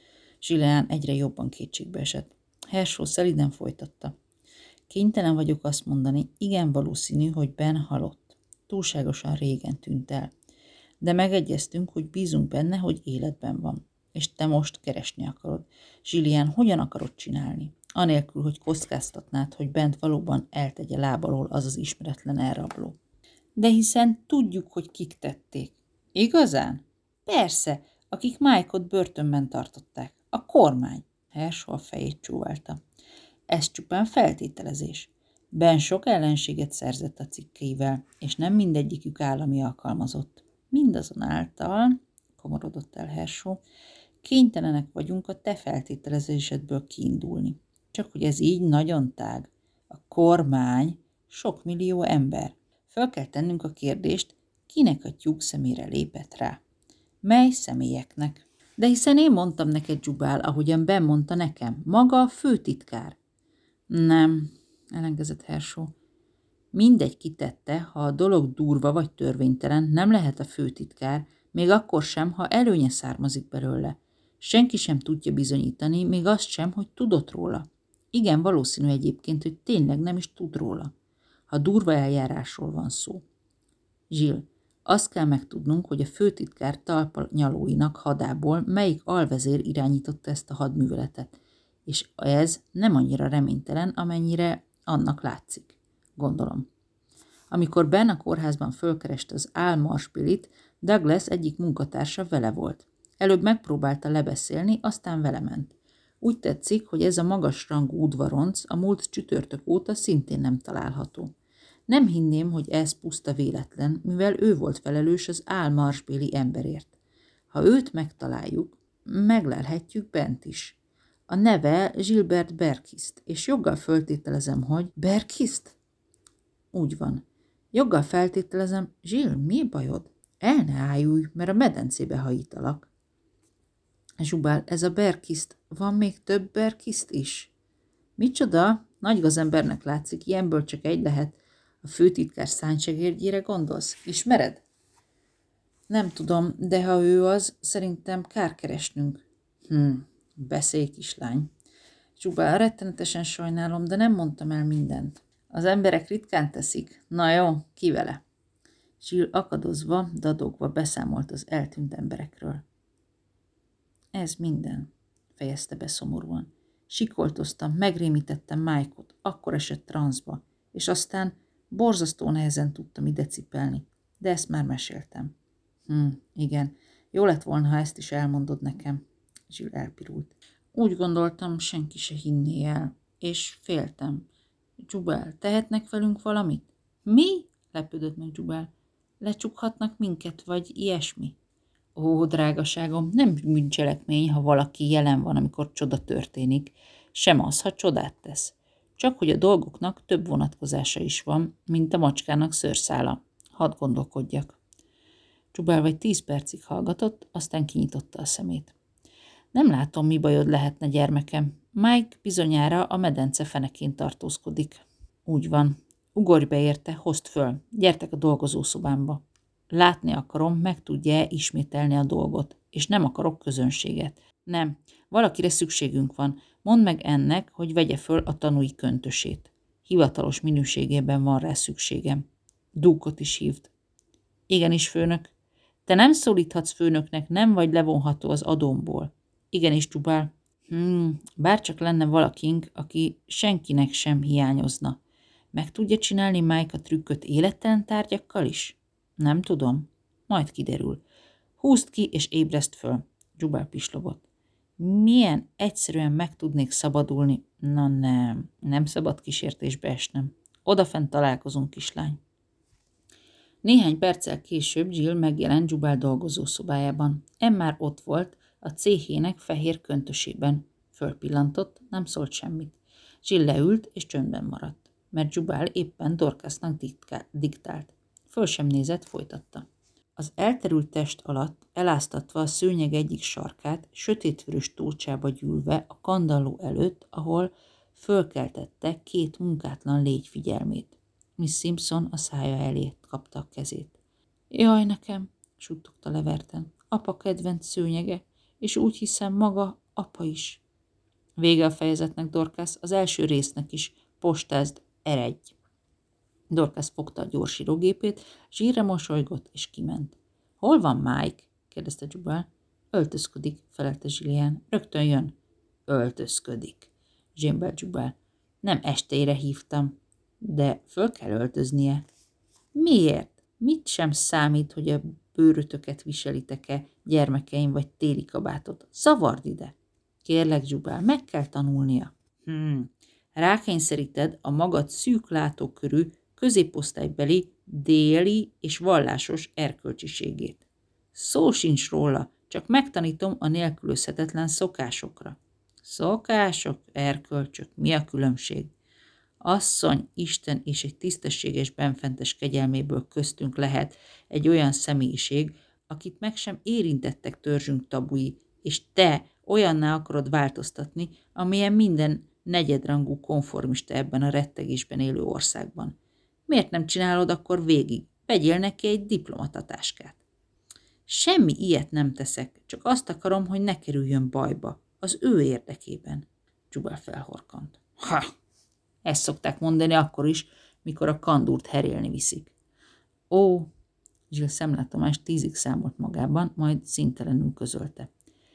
Julian egyre jobban kétségbe esett. Herschel szeliden folytatta. Kénytelen vagyok azt mondani, igen valószínű, hogy Ben halott. Túlságosan régen tűnt el. De megegyeztünk, hogy bízunk benne, hogy életben van. És te most keresni akarod. Julian, hogyan akarod csinálni? Anélkül, hogy kockáztatnád, hogy Bent valóban eltegye lábalól az az ismeretlen elrabló. De hiszen tudjuk, hogy kik tették. Igazán? Persze, akik Mike-ot börtönben tartották. A kormány. Herschel a fejét csóválta. Ez csupán feltételezés. Ben sok ellenséget szerzett a cikkeivel, és nem mindegyikük állami alkalmazott. Mindazonáltal, komorodott el Herschel, kénytelenek vagyunk a te feltételezésedből kiindulni. Csak hogy ez így nagyon tág. A kormány sok millió ember. Föl kell tennünk a kérdést, kinek a tyúk szemére lépett rá. Mely személyeknek? De hiszen én mondtam neked, Jubal, ahogyan Ben mondta nekem, maga a főtitkár. Nem, ellenkezett Herschel. Mindegy kitette, ha a dolog durva vagy törvénytelen, nem lehet a főtitkár, még akkor sem, ha előnye származik belőle. Senki sem tudja bizonyítani, még azt sem, hogy tudott róla. Igen, valószínű egyébként, hogy tényleg nem is tud róla, ha durva eljárásról van szó. Jill, azt kell megtudnunk, hogy a főtitkár talpanyalóinak hadából melyik alvezér irányította ezt a hadműveletet, és ez nem annyira reménytelen, amennyire annak látszik, gondolom. Amikor Ben a kórházban fölkereste az Al Marshbillit, Douglas egyik munkatársa vele volt. Előbb megpróbálta lebeszélni, aztán vele ment. Úgy tetszik, hogy ez a magasrangú udvaronc a múlt csütörtök óta szintén nem található. Nem hinném, hogy ez puszta véletlen, mivel ő volt felelős az Al Marshbilli emberért. Ha őt megtaláljuk, meglelhetjük Bent is. A neve Gilbert Berkist, és joggal föltételezem, hogy... Berkist? Úgy van. Joggal feltételezem, Jill, mi bajod? El ne ájulj, mert a medencébe hajítalak. Zsubál, ez a Berkist, van még több Berkist is? Micsoda? Nagy gazembernek látszik, ilyenből csak egy lehet. A főtitkár szánysegérgyére gondolsz? Ismered? Nem tudom, de ha ő az, szerintem kár keresnünk. Hm, beszélj, kislány. Zsubál, rettenetesen sajnálom, de nem mondtam el mindent. Az emberek ritkán teszik. Na jó, ki vele? Jill akadozva, dadogva beszámolt az eltűnt emberekről. Ez minden, fejezte be szomorúan. Sikoltoztam, megrémítettem Mike-ot, akkor esett transzba, és aztán borzasztó nehezen tudtam ide cipelni, de ezt már meséltem. Hm, igen, jó lett volna, ha ezt is elmondod nekem. Jill elpirult. Úgy gondoltam, senki se hinné el, és féltem. Jubel, tehetnek velünk valamit? Mi? Lepődött meg Jubel. Lecsukhatnak minket, vagy ilyesmi? Ó, drágaságom, nem bűncselekmény, ha valaki jelen van, amikor csoda történik, sem az, ha csodát tesz. Csak hogy a dolgoknak több vonatkozása is van, mint a macskának szőrszála. Hadd gondolkodjak. Jubel vagy tíz percig hallgatott, aztán kinyitotta a szemét. Nem látom, mi bajod lehetne, gyermekem. Mike bizonyára a medence fenekén tartózkodik. Úgy van. Ugorj be érte, hozd föl. Gyertek a dolgozószobámba. Látni akarom, meg tudja ismételni a dolgot, és nem akarok közönséget. Nem, valakire szükségünk van. Mondd meg ennek, hogy vegye föl a tanúi köntösét. Hivatalos minőségében van rá szükségem. Dúkot is hívd. Igenis, főnök. Te nem szólíthatsz főnöknek, nem vagy levonható az adómból. Igenis, Jubel. Hmm, bárcsak lenne valakink, aki senkinek sem hiányozna. Meg tudja csinálni Mike a trükköt élettelen tárgyakkal is? Nem tudom. Majd kiderül. Húzd ki és ébreszt föl. Jubel pislogott. Milyen egyszerűen meg tudnék szabadulni? Na nem, nem szabad kísértésbe esnem. Odafent találkozunk, kislány. Néhány perccel később Jill megjelent Jubel dolgozószobájában. Em már ott volt, a céhének fehér köntösében. Fölpillantott, nem szólt semmit. Jill leült és csöndben maradt, mert Jubel éppen Dorcasnak diktált. Föl sem nézett, folytatta. Az elterült test alatt, eláztatva a szőnyeg egyik sarkát, sötétvörös tócsába gyűlve a kandalló előtt, ahol fölkeltette két munkátlan légy figyelmét. Miss Simpson a szája elé kapta a kezét. Jaj, nekem, suttogta leverten, apa kedvenc szőnyege, és úgy hiszem maga apa is. Vége a fejezetnek, Dorcas, az első résznek is. Postázd, eredj! Dorcas fogta a gyorsírógépét, zsírre mosolygott, és kiment. Hol van Mike? kérdezte Jubel. Öltözködik, felelte Julian. Rögtön jön. Öltözködik, zsémbelt Jubel. Nem estére hívtam, de föl kell öltöznie. Miért? Mit sem számít, hogy a bőrötöket viselitek-e, gyermekeim, vagy téli kabátot? Zavard ide! Kérlek, Jubel, meg kell tanulnia. Hmm. Rákényszeríted a magad szűk látókörű, középosztálybeli, déli és vallásos erkölcsiségét. Szó sincs róla, csak megtanítom a nélkülözhetetlen szokásokra. Szokások, erkölcsök, mi a különbség? Asszony, Isten és egy tisztességes benfentes kegyelméből köztünk lehet egy olyan személyiség, akit meg sem érintettek törzsünk tabui, és te olyanná akarod változtatni, amilyen minden negyedrangú konformista ebben a rettegésben élő országban. Miért nem csinálod akkor végig? Vegyél neki egy diplomatatáskát. Semmi ilyet nem teszek, csak azt akarom, hogy ne kerüljön bajba, az ő érdekében. Jubel felhorkant. Ha! Ezt szokták mondani akkor is, mikor a kandúrt herélni viszik. Ó, Jill szemlátomást tízig számolt magában, majd színtelenül közölte.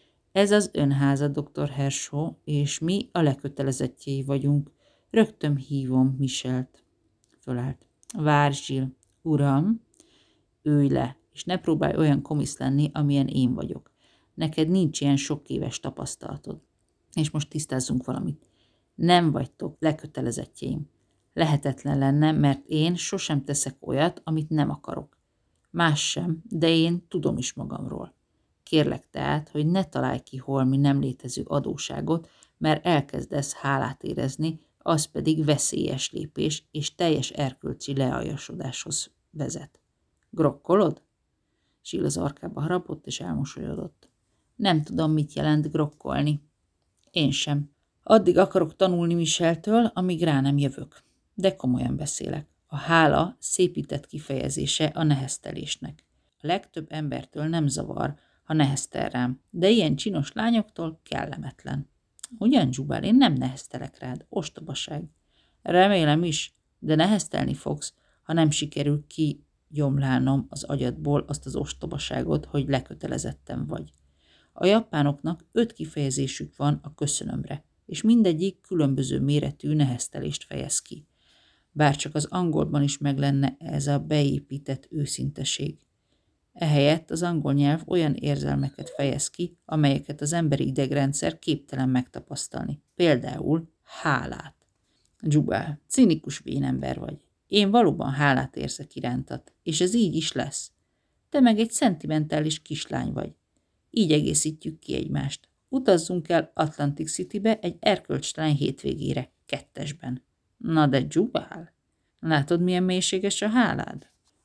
Ez az önháza, doktor Hershey, és mi a lekötelezettjei vagyunk. Rögtön hívom Michelt. Fölállt. Várj, Jill. Uram, ülj le, és ne próbálj olyan komisz lenni, amilyen én vagyok. Neked nincs ilyen sok éves tapasztalatod. És most tisztázzunk valamit. Nem vagytok lekötelezettjeim. Lehetetlen lenne, mert én sosem teszek olyat, amit nem akarok. Más sem, de én tudom is magamról. Kérlek tehát, hogy ne találj ki holmi nem létező adóságot, mert elkezdesz hálát érezni, az pedig veszélyes lépés és teljes erkölcsi lealjasodáshoz vezet. Grokkolod? Jill az arkába harapott és elmosolyodott. Nem tudom, mit jelent grokkolni. Én sem. Addig akarok tanulni Micheltől, amíg rá nem jövök. De komolyan beszélek. A hála szépített kifejezése a neheztelésnek. A legtöbb embertől nem zavar, ha neheztel rám, de ilyen csinos lányoktól kellemetlen. Ugyan, Jubel, én nem neheztelek rád, ostobaság. Remélem is, de neheztelni fogsz, ha nem sikerül kigyomlálnom az agyadból azt az ostobaságot, hogy lekötelezettem vagy. A japánoknak öt kifejezésük van a köszönömre, és mindegyik különböző méretű neheztelést fejez ki. Bárcsak az angolban is meg lenne ez a beépített őszinteség. Ehelyett az angol nyelv olyan érzelmeket fejez ki, amelyeket az emberi idegrendszer képtelen megtapasztalni. Például hálát. Jubal, cinikus vénember vagy. Én valóban hálát érzek irántat, és ez így is lesz. Te meg egy szentimentális kislány vagy. Így egészítjük ki egymást. Utazzunk el Atlantic Citybe egy erkölcstelen hétvégére, kettesben. Na de Jubal, látod, milyen mélységes a hálád?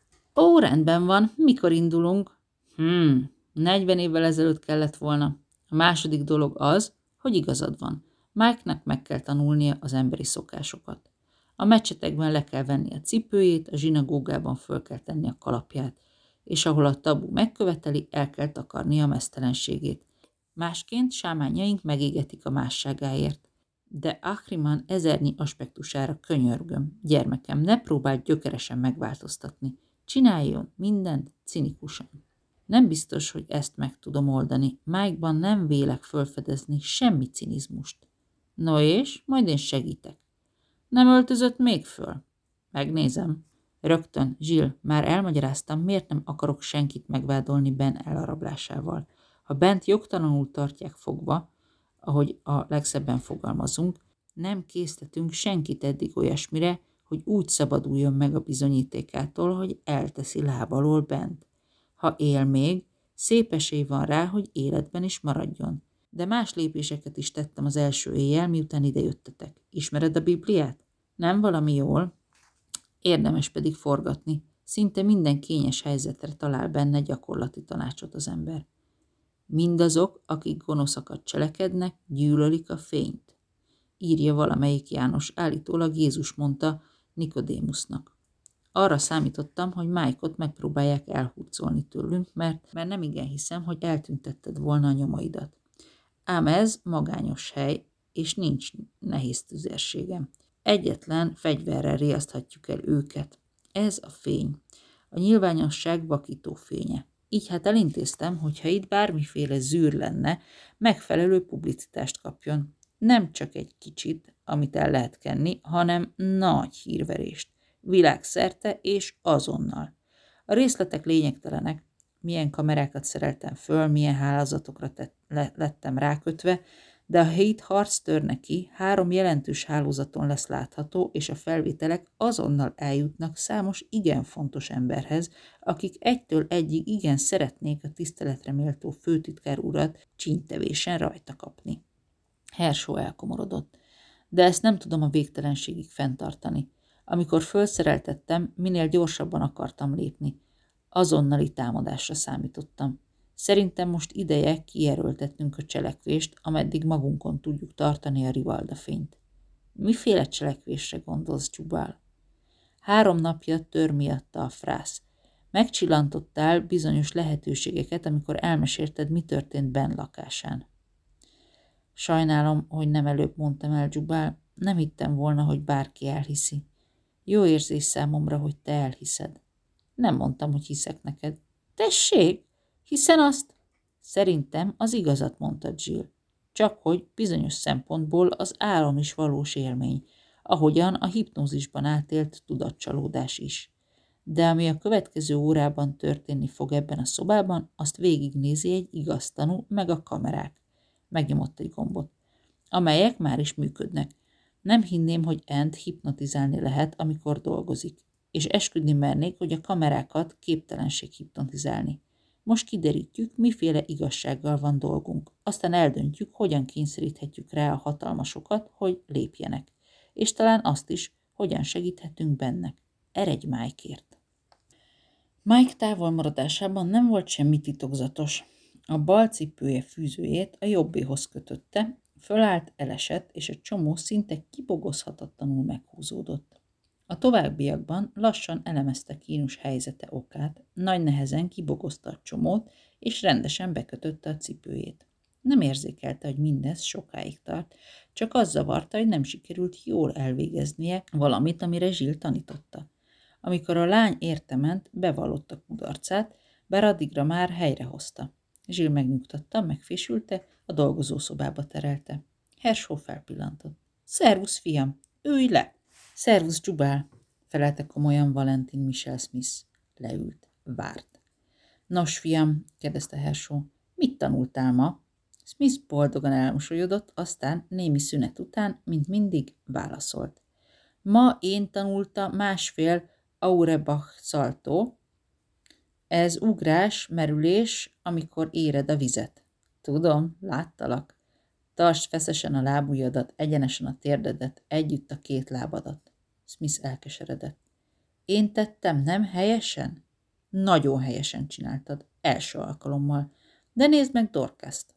Ó, rendben van, mikor indulunk? Hmm, negyven évvel ezelőtt kellett volna. A második dolog az, hogy igazad van. Mike-nak meg kell tanulnia az emberi szokásokat. A mecsetekben le kell venni a cipőjét, a zsinagógában föl kell tenni a kalapját, és ahol a tabu megköveteli, el kell takarni a meztelenségét. Másként sámányaink megégetik a másságáért. De Ahriman ezernyi aspektusára könyörgöm. Gyermekem, ne próbáld gyökeresen megváltoztatni. Csináljon mindent cinikusan. Nem biztos, hogy ezt meg tudom oldani. Mike-ban nem vélek fölfedezni semmi cinizmust. No és? Majd én segítek. Nem öltözött még föl? Megnézem. Rögtön, Jill, már elmagyaráztam, miért nem akarok senkit megvádolni Ben elarablásával. Ha Bent jogtalanul tartják fogva, ahogy a legszebben fogalmazunk, nem késztetünk senkit eddig olyasmire, hogy úgy szabaduljon meg a bizonyítékától, hogy elteszi láb alól Bent. Ha él még, szép esély van rá, hogy életben is maradjon. De más lépéseket is tettem az első éjjel, miután idejöttetek. Ismered a Bibliát? Nem valami jól? Érdemes pedig forgatni. Szinte minden kényes helyzetre talál benne gyakorlati tanácsot az ember. Mindazok, akik gonoszakat cselekednek, gyűlölik a fényt. Írja valamelyik János, állítólag Jézus mondta Nikodémusznak. Arra számítottam, hogy Mike-ot megpróbálják elhurcolni tőlünk, mert, mert nem igen hiszem, hogy eltüntetted volna a nyomaidat. Ám ez magányos hely, és nincs nehéz tüzérségem. Egyetlen fegyverrel riaszthatjuk el őket. Ez a fény. A nyilvánosság vakító fénye. Így hát elintéztem, hogy ha itt bármiféle zűr lenne, megfelelő publicitást kapjon. Nem csak egy kicsit, amit el lehet kenni, hanem nagy hírverést. Világszerte és azonnal. A részletek lényegtelenek. Milyen kamerákat szereltem föl, milyen hálózatokra tett, le, lettem rákötve, de a hét harc tör neki, három jelentős hálózaton lesz látható, és a felvételek azonnal eljutnak számos igen fontos emberhez, akik egytől egyig igen szeretnék a tiszteletre méltó főtitkár urat csíntevésen rajta kapni. Herschel elkomorodott. De ezt nem tudom a végtelenségig fenntartani. Amikor fölszereltettem, minél gyorsabban akartam lépni. Azonnali támadásra számítottam. Szerintem most ideje kijelöltetnünk a cselekvést, ameddig magunkon tudjuk tartani a Rivalda fényt. Miféle cselekvésre gondolsz, Jubal? Három napja tör miatta a frász. Megcsillantottál bizonyos lehetőségeket, amikor elmesélted, mi történt Ben lakásán. Sajnálom, hogy nem előbb mondtam el, Jubal, nem hittem volna, hogy bárki elhiszi. Jó érzés számomra, hogy te elhiszed. Nem mondtam, hogy hiszek neked. Tessék, hiszen azt... Szerintem az igazat mondta Jill. Csak hogy bizonyos szempontból az álom is valós élmény, ahogyan a hipnózisban átélt tudatcsalódás is. De ami a következő órában történni fog ebben a szobában, azt végignézi egy igaztanú, meg a kamerák. Megnyomott egy gombot, amelyek már is működnek. Nem hinném, hogy Ent hipnotizálni lehet, amikor dolgozik, és esküdni mernék, hogy a kamerákat képtelenség hipnotizálni. Most kiderítjük, miféle igazsággal van dolgunk, aztán eldöntjük, hogyan kényszeríthetjük rá a hatalmasokat, hogy lépjenek, és talán azt is, hogyan segíthetünk bennek. Eredj Mike-ért. Mike távolmaradásában nem volt semmi titokzatos. A bal cipője fűzőjét a jobbéhoz kötötte, fölállt, elesett, és a csomó szinte kibogozhatatlanul meghúzódott. A továbbiakban lassan elemezte kínos helyzete okát, nagy nehezen kibogozta a csomót, és rendesen bekötötte a cipőjét. Nem érzékelte, hogy mindez sokáig tart, csak az zavarta, hogy nem sikerült jól elvégeznie valamit, amire Jill tanította. Amikor a lány értement, bevallotta kudarcát, bár addigra már helyrehozta. Jill megnyugtatta, megfésülte, a dolgozószobába terelte. Herschel felpillantott. Szervusz, fiam! Ülj le! Szervusz, Jubal! Felelte komolyan Valentin Michel Smith. Leült. Várt. Nos, fiam, kérdezte Herschel, mit tanultál ma? Smith boldogan elmosolyodott, aztán némi szünet után, mint mindig, válaszolt. Ma én tanultam másfél Auerbach szaltó. Ez ugrás, merülés, amikor éred a vizet. Tudom, láttalak. Tartsd feszesen a lábujjadat, egyenesen a térdedet, együtt a két lábadat. Smith elkeseredett. Én tettem, nem helyesen? Nagyon helyesen csináltad, első alkalommal. De nézd meg Dorcast.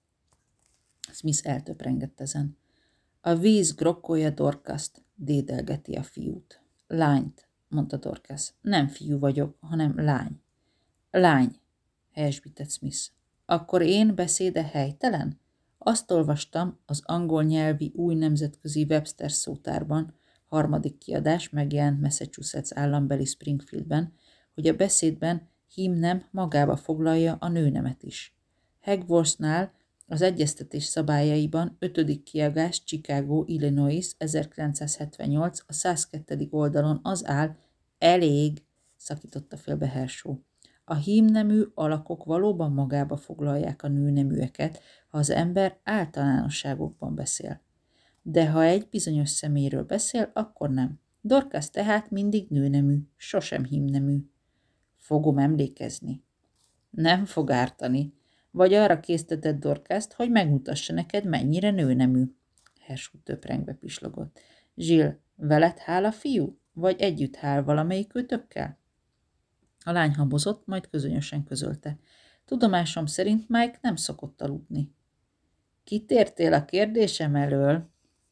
Smith eltöprengett ezen. A víz grokkolja Dorcast, dédelgeti a fiút. Lányt, mondta Dorcas. Nem fiú vagyok, hanem lány. Lány, helyesbített Smith. Akkor én beszéde helytelen? Azt olvastam az angol nyelvi új nemzetközi Webster szótárban, harmadik kiadás megjelent Massachusetts állambeli Springfieldben, hogy a beszédben hímnem magába foglalja a nőnemet is. Hegworthnál az egyeztetés szabályaiban ötödik kiadás Chicago, Illinois, ezerkilencszázhetvennyolc, a százkettő oldalon az áll, elég, szakította félbe Herschel. A hímnemű alakok valóban magába foglalják a nőneműeket, ha az ember általánosságokban beszél. De ha egy bizonyos személyről beszél, akkor nem. Dorcas tehát mindig nőnemű, sosem hímnemű. Fogom emlékezni. Nem fog ártani. Vagy arra késztetett Dorcast, hogy megmutassa neked, mennyire nőnemű. Herschel töprengve pislogott. Jill, veled hál a fiú? Vagy együtt hál valamelyik őtökkel? A lány habozott, majd közönösen közölte. Tudomásom szerint Mike nem szokott aludni. Kitértél a kérdésem elől?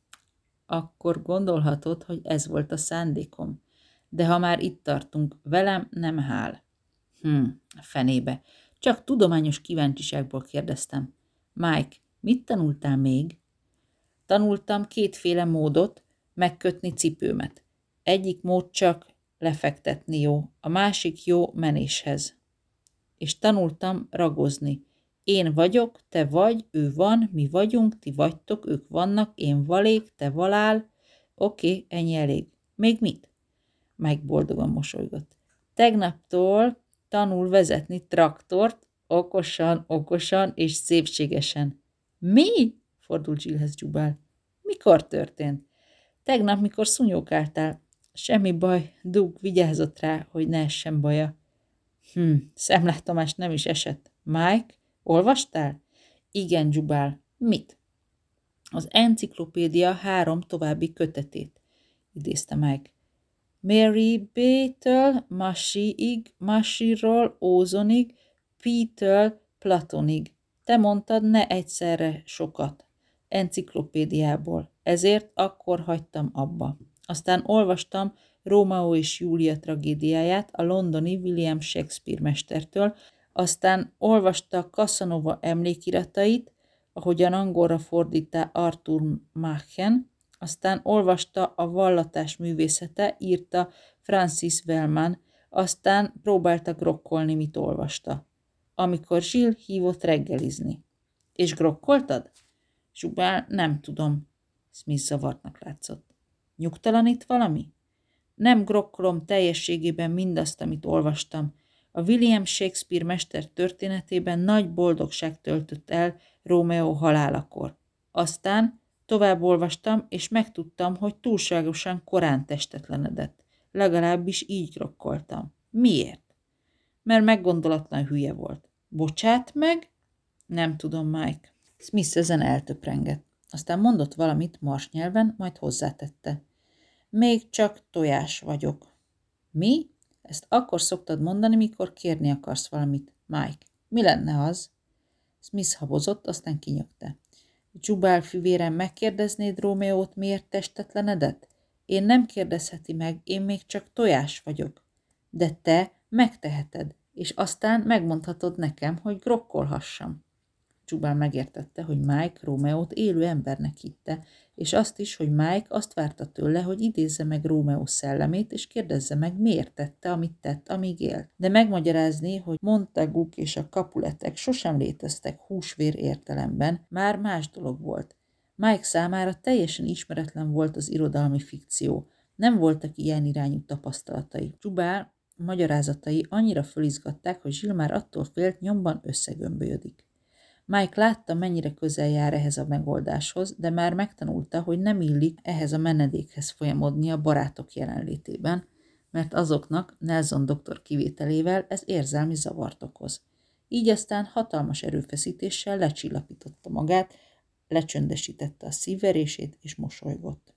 Akkor gondolhatod, hogy ez volt a szándékom. De ha már itt tartunk, velem nem hál. Hm, fenébe. Csak tudományos kíváncsiságból kérdeztem. Mike, mit tanultál még? Tanultam kétféle módot megkötni cipőmet. Egyik mód csak lefektetni jó, a másik jó menéshez. És tanultam ragozni. Én vagyok, te vagy, ő van, mi vagyunk, ti vagytok, ők vannak, én valék, te valál. Oké, okay, ennyi elég. Még mit? Mike boldogan mosolygott. Tegnaptól tanul vezetni traktort, okosan, okosan és szépségesen. Mi? Fordult Jillhez Jubal. Mikor történt? Tegnap, mikor szunyókáltál. Semmi baj, Doug vigyázott rá, hogy ne essen baja. Hm, szemlátomás nem is esett. Mike, olvastál? Igen, Jubal. Mit? Az enciklopédia három további kötetét, idézte Mike. Mary B-től Masiig, Masiról Ózonig, P-től Platonig. Te mondtad, ne egyszerre sokat. Enciklopédiából. Ezért akkor hagytam abba. Aztán olvastam Rómeó és Júlia tragédiáját a londoni William Shakespeare mestertől, aztán olvasta Casanova emlékiratait, ahogyan angolra fordítá Arthur Machen, aztán olvasta a Vallatás művészete, írta Francis Wellman, aztán próbálta grokkolni, mit olvasta. Amikor Jill hívott reggelizni. És grokkoltad? Jubal, nem tudom. Smith zavartnak látszott. Nyugtalanít valami? Nem grokkolom teljességében mindazt, amit olvastam. A William Shakespeare mester történetében nagy boldogság töltött el Rómeó halálakor. Aztán tovább olvastam, és megtudtam, hogy túlságosan korán testetlenedett. Legalábbis így grokkoltam. Miért? Mert meggondolatlan hülye volt. Bocsát meg? Nem tudom, Mike. Smith ezen eltöprengett. Aztán mondott valamit mars nyelven, majd hozzátette. Még csak tojás vagyok. Mi? Ezt akkor szoktad mondani, mikor kérni akarsz valamit. Mike, mi lenne az? Smith habozott, aztán kinyögte. Jubal fivérem, megkérdeznéd Rómeót, miért testetlenedett? Én nem kérdezheti meg, én még csak tojás vagyok. De te megteheted, és aztán megmondhatod nekem, hogy grokkolhassam. Jubal megértette, hogy Mike Rómeót élő embernek hitte, és azt is, hogy Mike azt várta tőle, hogy idézze meg Rómeó szellemét, és kérdezze meg, miért tette, amit tett, amíg élt. De megmagyarázni, hogy Montague és a Capuletek sosem léteztek húsvér értelemben, már más dolog volt. Mike számára teljesen ismeretlen volt az irodalmi fikció. Nem voltak ilyen irányú tapasztalatai. Jubal magyarázatai annyira fölizgatták, hogy Jill már attól félt, nyomban összegömbölyödik. Mike látta, mennyire közel jár ehhez a megoldáshoz, de már megtanulta, hogy nem illik ehhez a menedékhez folyamodni a barátok jelenlétében, mert azoknak, Nelson doktor kivételével ez érzelmi zavart okoz. Így aztán hatalmas erőfeszítéssel lecsillapította magát, lecsöndesítette a szívverését és mosolygott.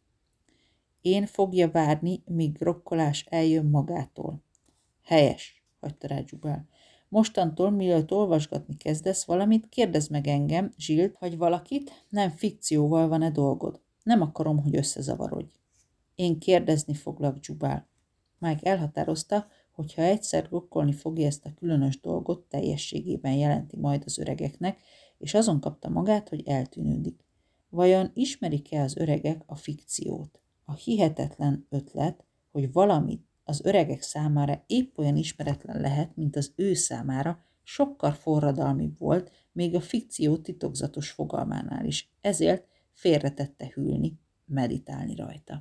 Én fogja várni, míg grokkolás eljön magától. Helyes, hagyta rá Jubal. Mostantól, mielőtt olvasgatni kezdesz valamit, kérdezd meg engem, Zsilt, vagy valakit, nem fikcióval van-e dolgod. Nem akarom, hogy összezavarodj. Én kérdezni foglak, Jubal. Mike elhatározta, hogy ha egyszer grokkolni fogja ezt a különös dolgot, teljességében jelenti majd az öregeknek, és azon kapta magát, hogy eltűnődik. Vajon ismerik-e az öregek a fikciót? A hihetetlen ötlet, hogy valamit az öregek számára épp olyan ismeretlen lehet, mint az ő számára, sokkal forradalmibb volt, még a fikció titokzatos fogalmánál is. Ezért félretette hűlni, meditálni rajta.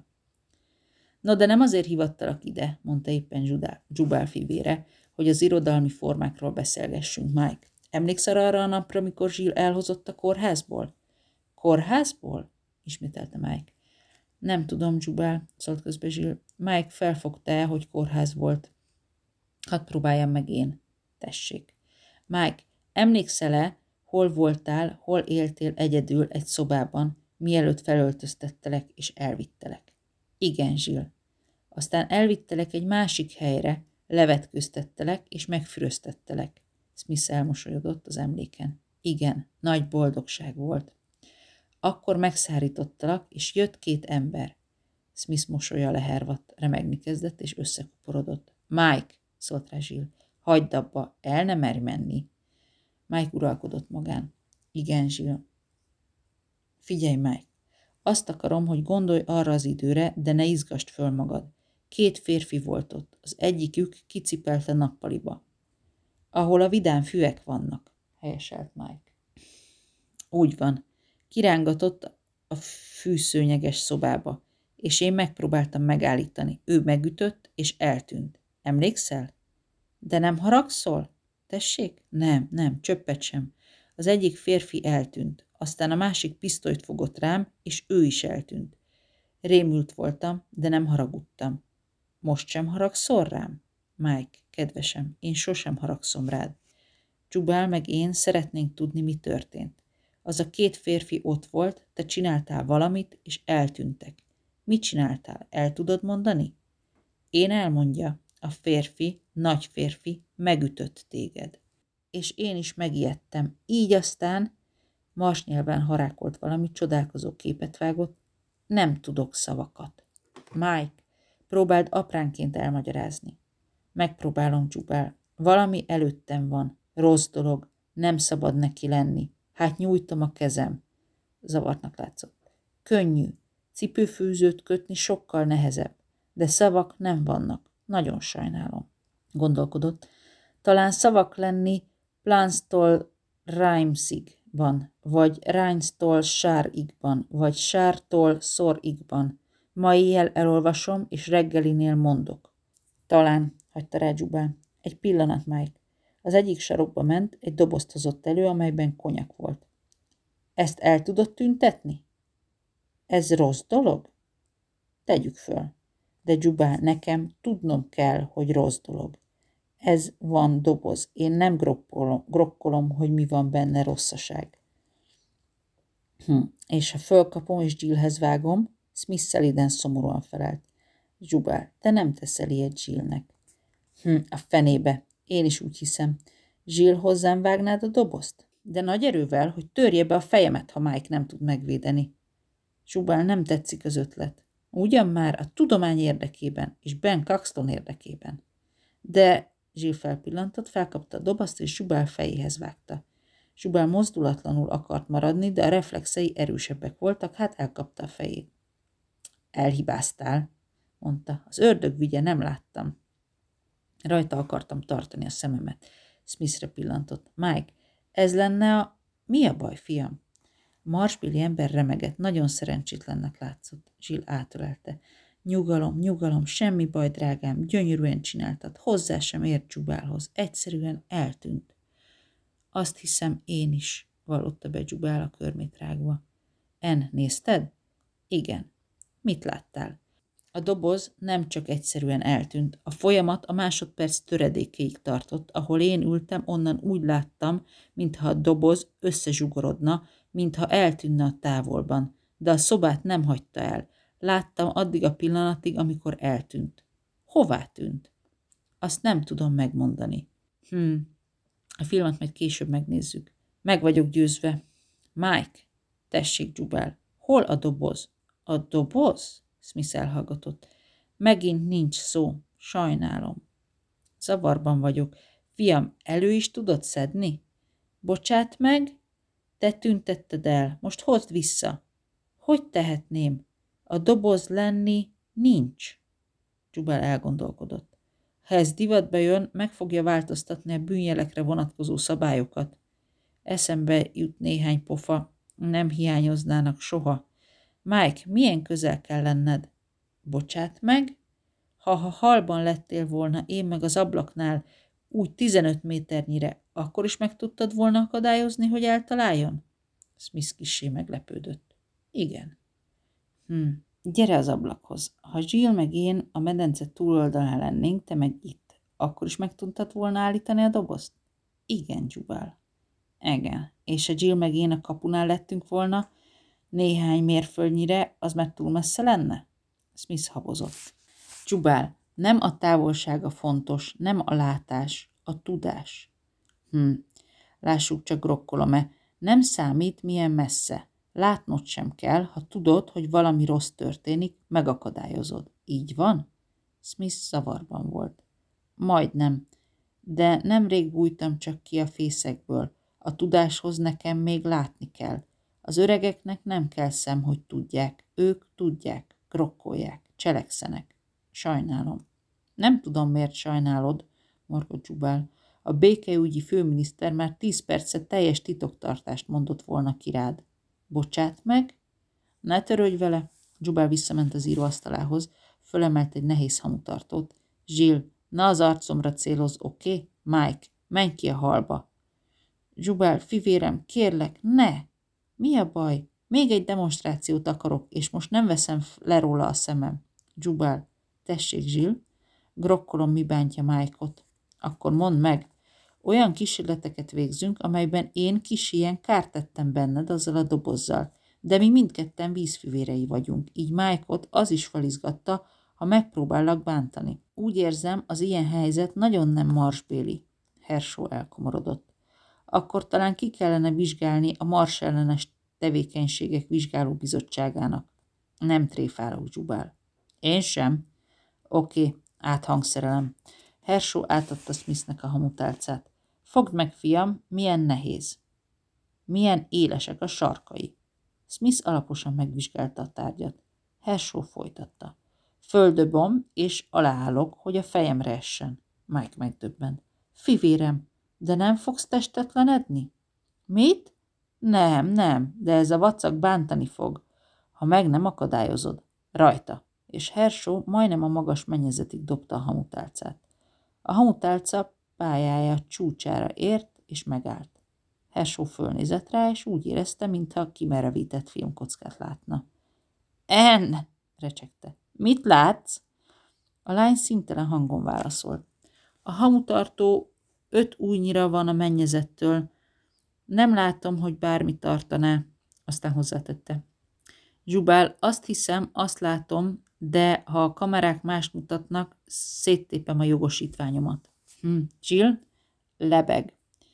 No, de nem azért hívattalak ide, mondta éppen Jubal fivére, hogy az irodalmi formákról beszélgessünk, Mike. Emlékszel arra a napra, amikor Jill elhozott a kórházból? Kórházból? Ismételte Mike. Nem tudom, Jubal, szólt közbe Jill. Mike felfogta el, hogy kórház volt. Hadd próbáljam meg én. Tessék. Mike, emlékszel-e, hol voltál, hol éltél egyedül egy szobában, mielőtt felöltöztettelek és elvittelek? Igen, Jill. Aztán elvittelek egy másik helyre, levetkőztettelek és megfüröztettelek. Smith elmosolyodott az emléken. Igen, nagy boldogság volt. Akkor megszárítottalak, és jött két ember. Smith mosolya lehervadt, remegni kezdett, és összekuporodott. Mike, szólt rá Jill, hagyd abba, el nem merj menni. Mike uralkodott magán. Igen, Jill. Figyelj, Mike, azt akarom, hogy gondolj arra az időre, de ne izgasd föl magad. Két férfi volt ott, az egyikük kicipelte nappaliba. Ahol a vidám füvek vannak, helyeselt Mike. Úgy van. Kirángatott a fűszőnyeges szobába, és én megpróbáltam megállítani. Ő megütött, és eltűnt. Emlékszel? De nem haragszol? Tessék? Nem, nem, csöppet sem. Az egyik férfi eltűnt, aztán a másik pisztolyt fogott rám, és ő is eltűnt. Rémült voltam, de nem haragudtam. Most sem haragszol rám? Mike, kedvesem, én sosem haragszom rád. Jubal meg én szeretnénk tudni, mi történt. Az a két férfi ott volt, te csináltál valamit, és eltűntek. Mit csináltál? El tudod mondani? Én elmondja, a férfi, nagy férfi megütött téged. És én is megijedtem. Így aztán marsnyelven harákolt valami, csodálkozó képet vágott. Nem tudok szavakat. Mike, próbáld apránként elmagyarázni. Megpróbálom, Jubal. Valami előttem van. Rossz dolog. Nem szabad neki lenni. Hát nyújtom a kezem. Zavartnak látszott. Könnyű. Cipőfűzőt kötni sokkal nehezebb. De szavak nem vannak. Nagyon sajnálom. Gondolkodott. Talán szavak lenni Planstól Rhymesig van, vagy Rhymestól Sárigban, vagy Sártól Szorigban. Ma éjjel elolvasom, és reggelinél mondok. Talán, hagyta rá Jubal. Egy pillanat, Mike. Az egyik sarokba ment, egy dobozt hozott elő, amelyben konyak volt. Ezt el tudod tüntetni? Ez rossz dolog? Tegyük föl. De Jubal, nekem tudnom kell, hogy rossz dolog. Ez van doboz. Én nem grokkolom, grokkolom hogy mi van benne rosszaság. Hm. És ha fölkapom és Jillhez vágom, Smith szelíden szomorúan felelt. Jubal, te nem teszel ilyet Jillnek. Hm, a fenébe. Én is úgy hiszem. Jill, hozzám vágnád a dobozt? De nagy erővel, hogy törje be a fejemet, ha Mike nem tud megvédeni. Jubal, nem tetszik az ötlet. Ugyan már a tudomány érdekében, és Ben Caxton érdekében. De Jill felpillantott, felkapta a dobozt, és Jubal fejéhez vágta. Jubal mozdulatlanul akart maradni, de a reflexei erősebbek voltak, hát elkapta a fejét. Elhibáztál, mondta. Az ördög vigye, nem láttam. Rajta akartam tartani a szememet. Smithre pillantott. Mike, ez lenne a... Mi a baj, fiam? A marsbéli ember remegett, nagyon szerencsétlennek látszott. Jill átölelte. Nyugalom, nyugalom, semmi baj, drágám, gyönyörűen csináltad, hozzá sem ért Jubalhoz, egyszerűen eltűnt. Azt hiszem én is, vallotta be Jubal a körmét rágva. En, nézted? Igen. Mit láttál? A doboz nem csak egyszerűen eltűnt. A folyamat a másodperc töredékéig tartott. Ahol én ültem, onnan úgy láttam, mintha a doboz összezsugorodna, mintha eltűnne a távolban. De a szobát nem hagyta el. Láttam addig a pillanatig, amikor eltűnt. Hová tűnt? Azt nem tudom megmondani. Hm, a filmet majd később megnézzük. Meg vagyok győzve. Mike, tessék, Jubal, hol a doboz? A doboz? Smith elhallgatott. Megint nincs szó. Sajnálom. Zavarban vagyok. Fiam, elő is tudod szedni? Bocsát meg? Te tüntetted el. Most hozd vissza. Hogy tehetném? A doboz lenni nincs. Jubal elgondolkodott. Ha ez divatba jön, meg fogja változtatni a bűnjelekre vonatkozó szabályokat. Eszembe jut néhány pofa, nem hiányoznának soha. Mike, milyen közel kell lenned? Bocsát meg? Ha, ha halban lettél volna, én meg az ablaknál úgy tizenöt méternyire, akkor is meg tudtad volna akadályozni, hogy eltaláljon? Smith kissé meglepődött. Igen. Hm. Gyere az ablakhoz. Ha Jill meg én a medence túloldalán lennénk, te meg itt, akkor is meg tudtad volna állítani a dobozt? Igen, Jubal. Igen. És ha Jill meg én a kapunál lettünk volna, néhány mérföldnyire, az már túl messze lenne? Smith habozott. Jubal, nem a távolsága fontos, nem a látás, a tudás. Hm, lássuk csak, grokkolom-e. Nem számít, milyen messze. Látnod sem kell, ha tudod, hogy valami rossz történik, megakadályozod. Így van? Smith zavarban volt. Majdnem, de nemrég bújtam csak ki a fészekből. A tudáshoz nekem még látni kell. Az öregeknek nem kell szem, hogy tudják. Ők tudják, grokkolják, cselekszenek. Sajnálom. Nem tudom, miért sajnálod, morgott Jubal. A békeügyi főminiszter már tíz percet teljes titoktartást mondott volna ki rád. Bocsát meg? Ne törődj vele. Jubal visszament az íróasztalához, fölemelt egy nehéz hamutartót. Jill, ne az arcomra céloz, oké? Okay? Mike, menj ki a halba. Jubal, fivérem, kérlek, ne! Mi a baj? Még egy demonstrációt akarok, és most nem veszem le róla a szemem. Jubal, tessék, Jill. Grokkolom, mi bántja Mike-ot. Akkor mondd meg. Olyan kísérleteket végzünk, amelyben én kis ilyen kárt tettem benned azzal a dobozzal, de mi mindketten vízfivérei vagyunk, így Mike-ot az is felizgatta, ha megpróbállak bántani. Úgy érzem, az ilyen helyzet nagyon nem marsbéli. Hershey elkomorodott. Akkor talán ki kellene vizsgálni a mars ellenes tevékenységek vizsgálóbizottságának. Nem tréfálok, Jubal. Én sem. Oké, áthangszerelem. Hershey átadta Smithnek a hamutálcát. Fogd meg, fiam, milyen nehéz. Milyen élesek a sarkai. Smith alaposan megvizsgálta a tárgyat. Hershey folytatta. Földöbom, és aláállok, hogy a fejemre essen. Mike megdöbbent. Fivérem, de nem fogsz testetlenedni? Mit? Nem, nem, de ez a vacak bántani fog, ha meg nem akadályozod. Rajta. És Hershey majdnem a magas mennyezetig dobta a hamutálcát. A hamutálca pályája csúcsára ért, és megállt. Hershey fölnézett rá, és úgy érezte, mintha kimerevített filmkockát látna. En! recsegte. Mit látsz? A lány szintelen hangon válaszolt. A hamutartó öt ujjnyira van a mennyezettől. Nem látom, hogy bármi tartaná. Aztán hozzátette. Jubal, azt hiszem, azt látom, de ha a kamerák mást mutatnak, széttépem a jogosítványomat. Hm. Jill? Lebeg.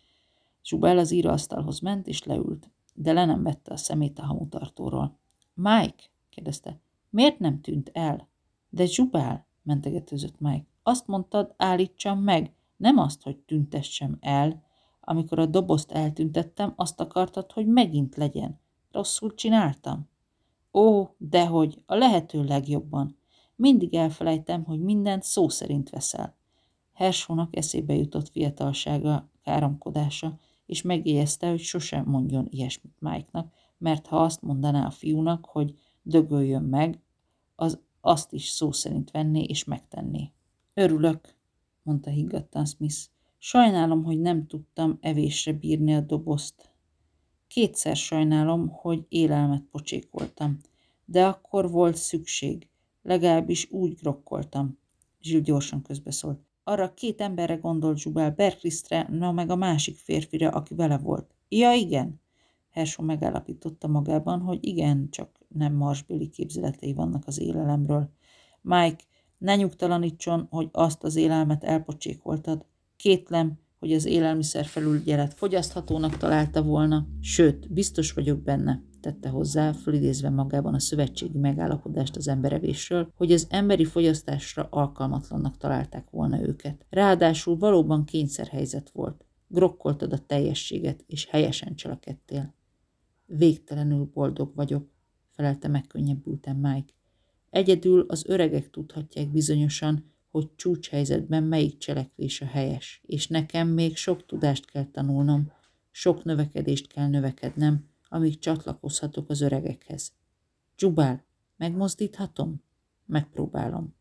Jubal az íróasztalhoz ment, és leült, de le nem vette a szemét a hamutartóról. Mike? kérdezte. Miért nem tűnt el? De Jubal, mentegetőzött Mike. Azt mondtad, állítsam meg, nem azt, hogy tüntessem el. Amikor a dobozt eltüntettem, azt akartad, hogy megint legyen. Rosszul csináltam? Ó, dehogy, a lehető legjobban. Mindig elfelejtem, hogy mindent szó szerint veszel. Hersheynek eszébe jutott fiatalsága, káromkodása, és megjegyezte, hogy sosem mondjon ilyesmit Mike-nak, mert ha azt mondaná a fiúnak, hogy dögöljön meg, az azt is szó szerint venné és megtenné. Örülök, mondta higgadtan Smith. Sajnálom, hogy nem tudtam evésre bírni a dobozt. Kétszer sajnálom, hogy élelmet pocsékoltam. De akkor volt szükség. Legalábbis úgy grokkoltam. Zsill gyorsan közbeszólt. Arra a két emberre gondolt Zsubál, Berkristre, na meg a másik férfire, aki vele volt. Ja, igen. Hershon megállapította magában, hogy igen, csak nem marsbéli képzeletei vannak az élelemről. Mike, ne nyugtalanítson, hogy azt az élelmet elpocsékoltad. Kétlem, hogy az élelmiszerfelügyelet fogyaszthatónak találta volna, sőt, biztos vagyok benne, tette hozzá, fölidézve magában a szövetségi megállapodást az emberevésről, hogy az emberi fogyasztásra alkalmatlannak találták volna őket. Ráadásul valóban kényszerhelyzet volt. Grokkoltad a teljességet, és helyesen cselekedtél. Végtelenül boldog vagyok, felelte megkönnyebbülten Mike. Egyedül az öregek tudhatják bizonyosan, hogy csúcshelyzetben melyik cselekvés a helyes, és nekem még sok tudást kell tanulnom, sok növekedést kell növekednem, amíg csatlakozhatok az öregekhez. Zsubál, megmozdíthatom? Megpróbálom.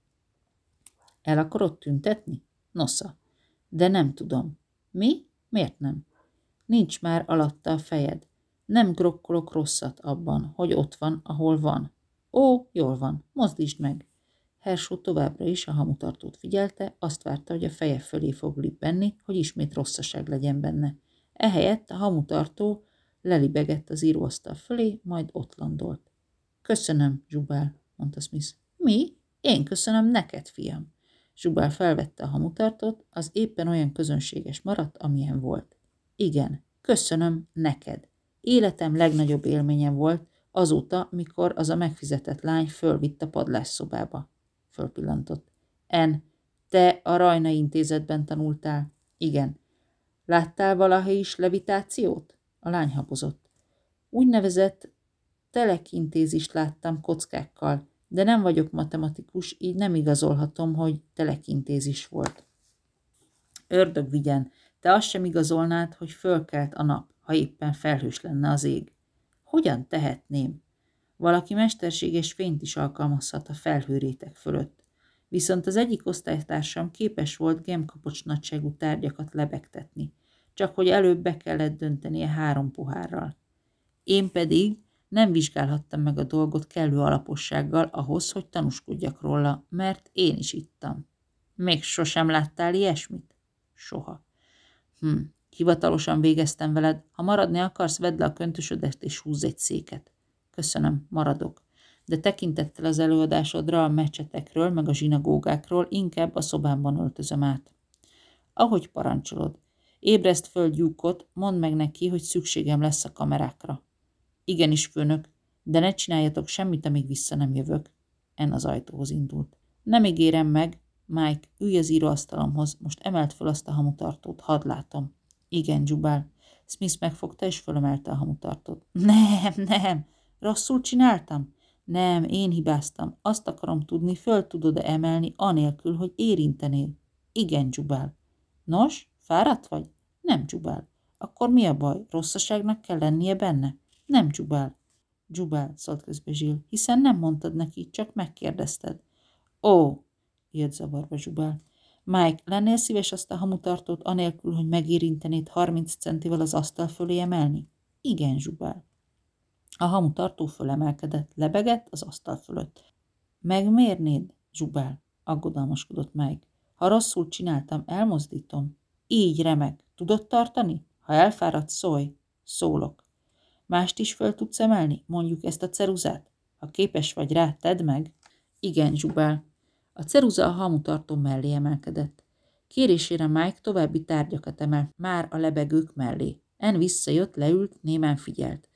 El akarod tüntetni? Nosza. De nem tudom. Mi? Miért nem? Nincs már alatta a fejed. Nem grokkolok rosszat abban, hogy ott van, ahol van. Ó, jól van, mozdítsd meg. Hershey továbbra is a hamutartót figyelte, azt várta, hogy a feje fölé fog lippenni, hogy ismét rosszaság legyen benne. Ehelyett a hamutartó lelibegett az íróasztal fölé, majd ott landolt. Köszönöm, Zsubál, mondta Smith. Mi? Én köszönöm neked, fiam. Zsubál felvette a hamutartót, az éppen olyan közönséges maradt, amilyen volt. Igen, köszönöm neked. Életem legnagyobb élménye volt, azóta, mikor az a megfizetett lány fölvitt a padlásszobába. Fölpillantott. En, te a Rajna intézetben tanultál? Igen. Láttál valaha is levitációt? A lány habozott. Úgynevezett telekintézist láttam kockákkal, de nem vagyok matematikus, így nem igazolhatom, hogy telekintézis volt. Ördög vigyen, te azt sem igazolnád, hogy fölkelt a nap, ha éppen felhős lenne az ég. Hogyan tehetném? Valaki mesterséges fényt is alkalmazhat a felhőréteg fölött. Viszont az egyik osztálytársam képes volt gemkapocs nagyságú tárgyakat lebegtetni, csak hogy előbb be kellett döntenie három pohárral. Én pedig nem vizsgálhattam meg a dolgot kellő alapossággal ahhoz, hogy tanúskodjak róla, mert én is ittam. Még sosem láttál ilyesmit? Soha. Hm, hivatalosan végeztem veled. Ha maradni akarsz, vedd le a köntösödet és húzz egy széket. Köszönöm, maradok. De tekintettel az előadásodra, a mecsetekről, meg a zsinagógákról, inkább a szobámban öltözöm át. Ahogy parancsolod. Ébreszt föl Duke-ot, mondd meg neki, hogy szükségem lesz a kamerákra. Igenis, főnök, de ne csináljatok semmit, amíg vissza nem jövök. En az ajtóhoz indult. Nem ígérem meg. Mike, ülj az íróasztalomhoz, most emelt föl azt a hamutartót, hadd látom. Igen, Zsubál. Smith megfogta és fölemelte a hamutartót. Nem, nem, rosszul csináltam? Nem, én hibáztam. Azt akarom tudni, föl tudod-e emelni, anélkül, hogy érintenél. Igen, Zsubál. Nos, fáradt vagy? Nem, Zsubál. Akkor mi a baj? Rosszaságnak kell lennie benne? Nem, Zsubál. Zsubál, szólt közbe Zsill, hiszen nem mondtad neki, csak megkérdezted. Ó, jött zavarba Zsubál. Mike, lennél szíves azt a hamutartót anélkül, hogy megérintenéd harminc centivel az asztal fölé emelni? Igen, Zsubál. A hamutartó fölemelkedett, lebegett az asztal fölött. Megmérnéd, Zsubál, aggodalmaskodott Mike. Ha rosszul csináltam, elmozdítom. Így remek. Tudod tartani? Ha elfáradt, szólj. Szólok. Mást is föl tudsz emelni? Mondjuk ezt a ceruzát? Ha képes vagy rá, tedd meg. Igen, Zsubál. A ceruza a hamutartó mellé emelkedett. Kérésére Mike további tárgyakat emelt már a lebegők mellé. En visszajött, leült, némán figyelt.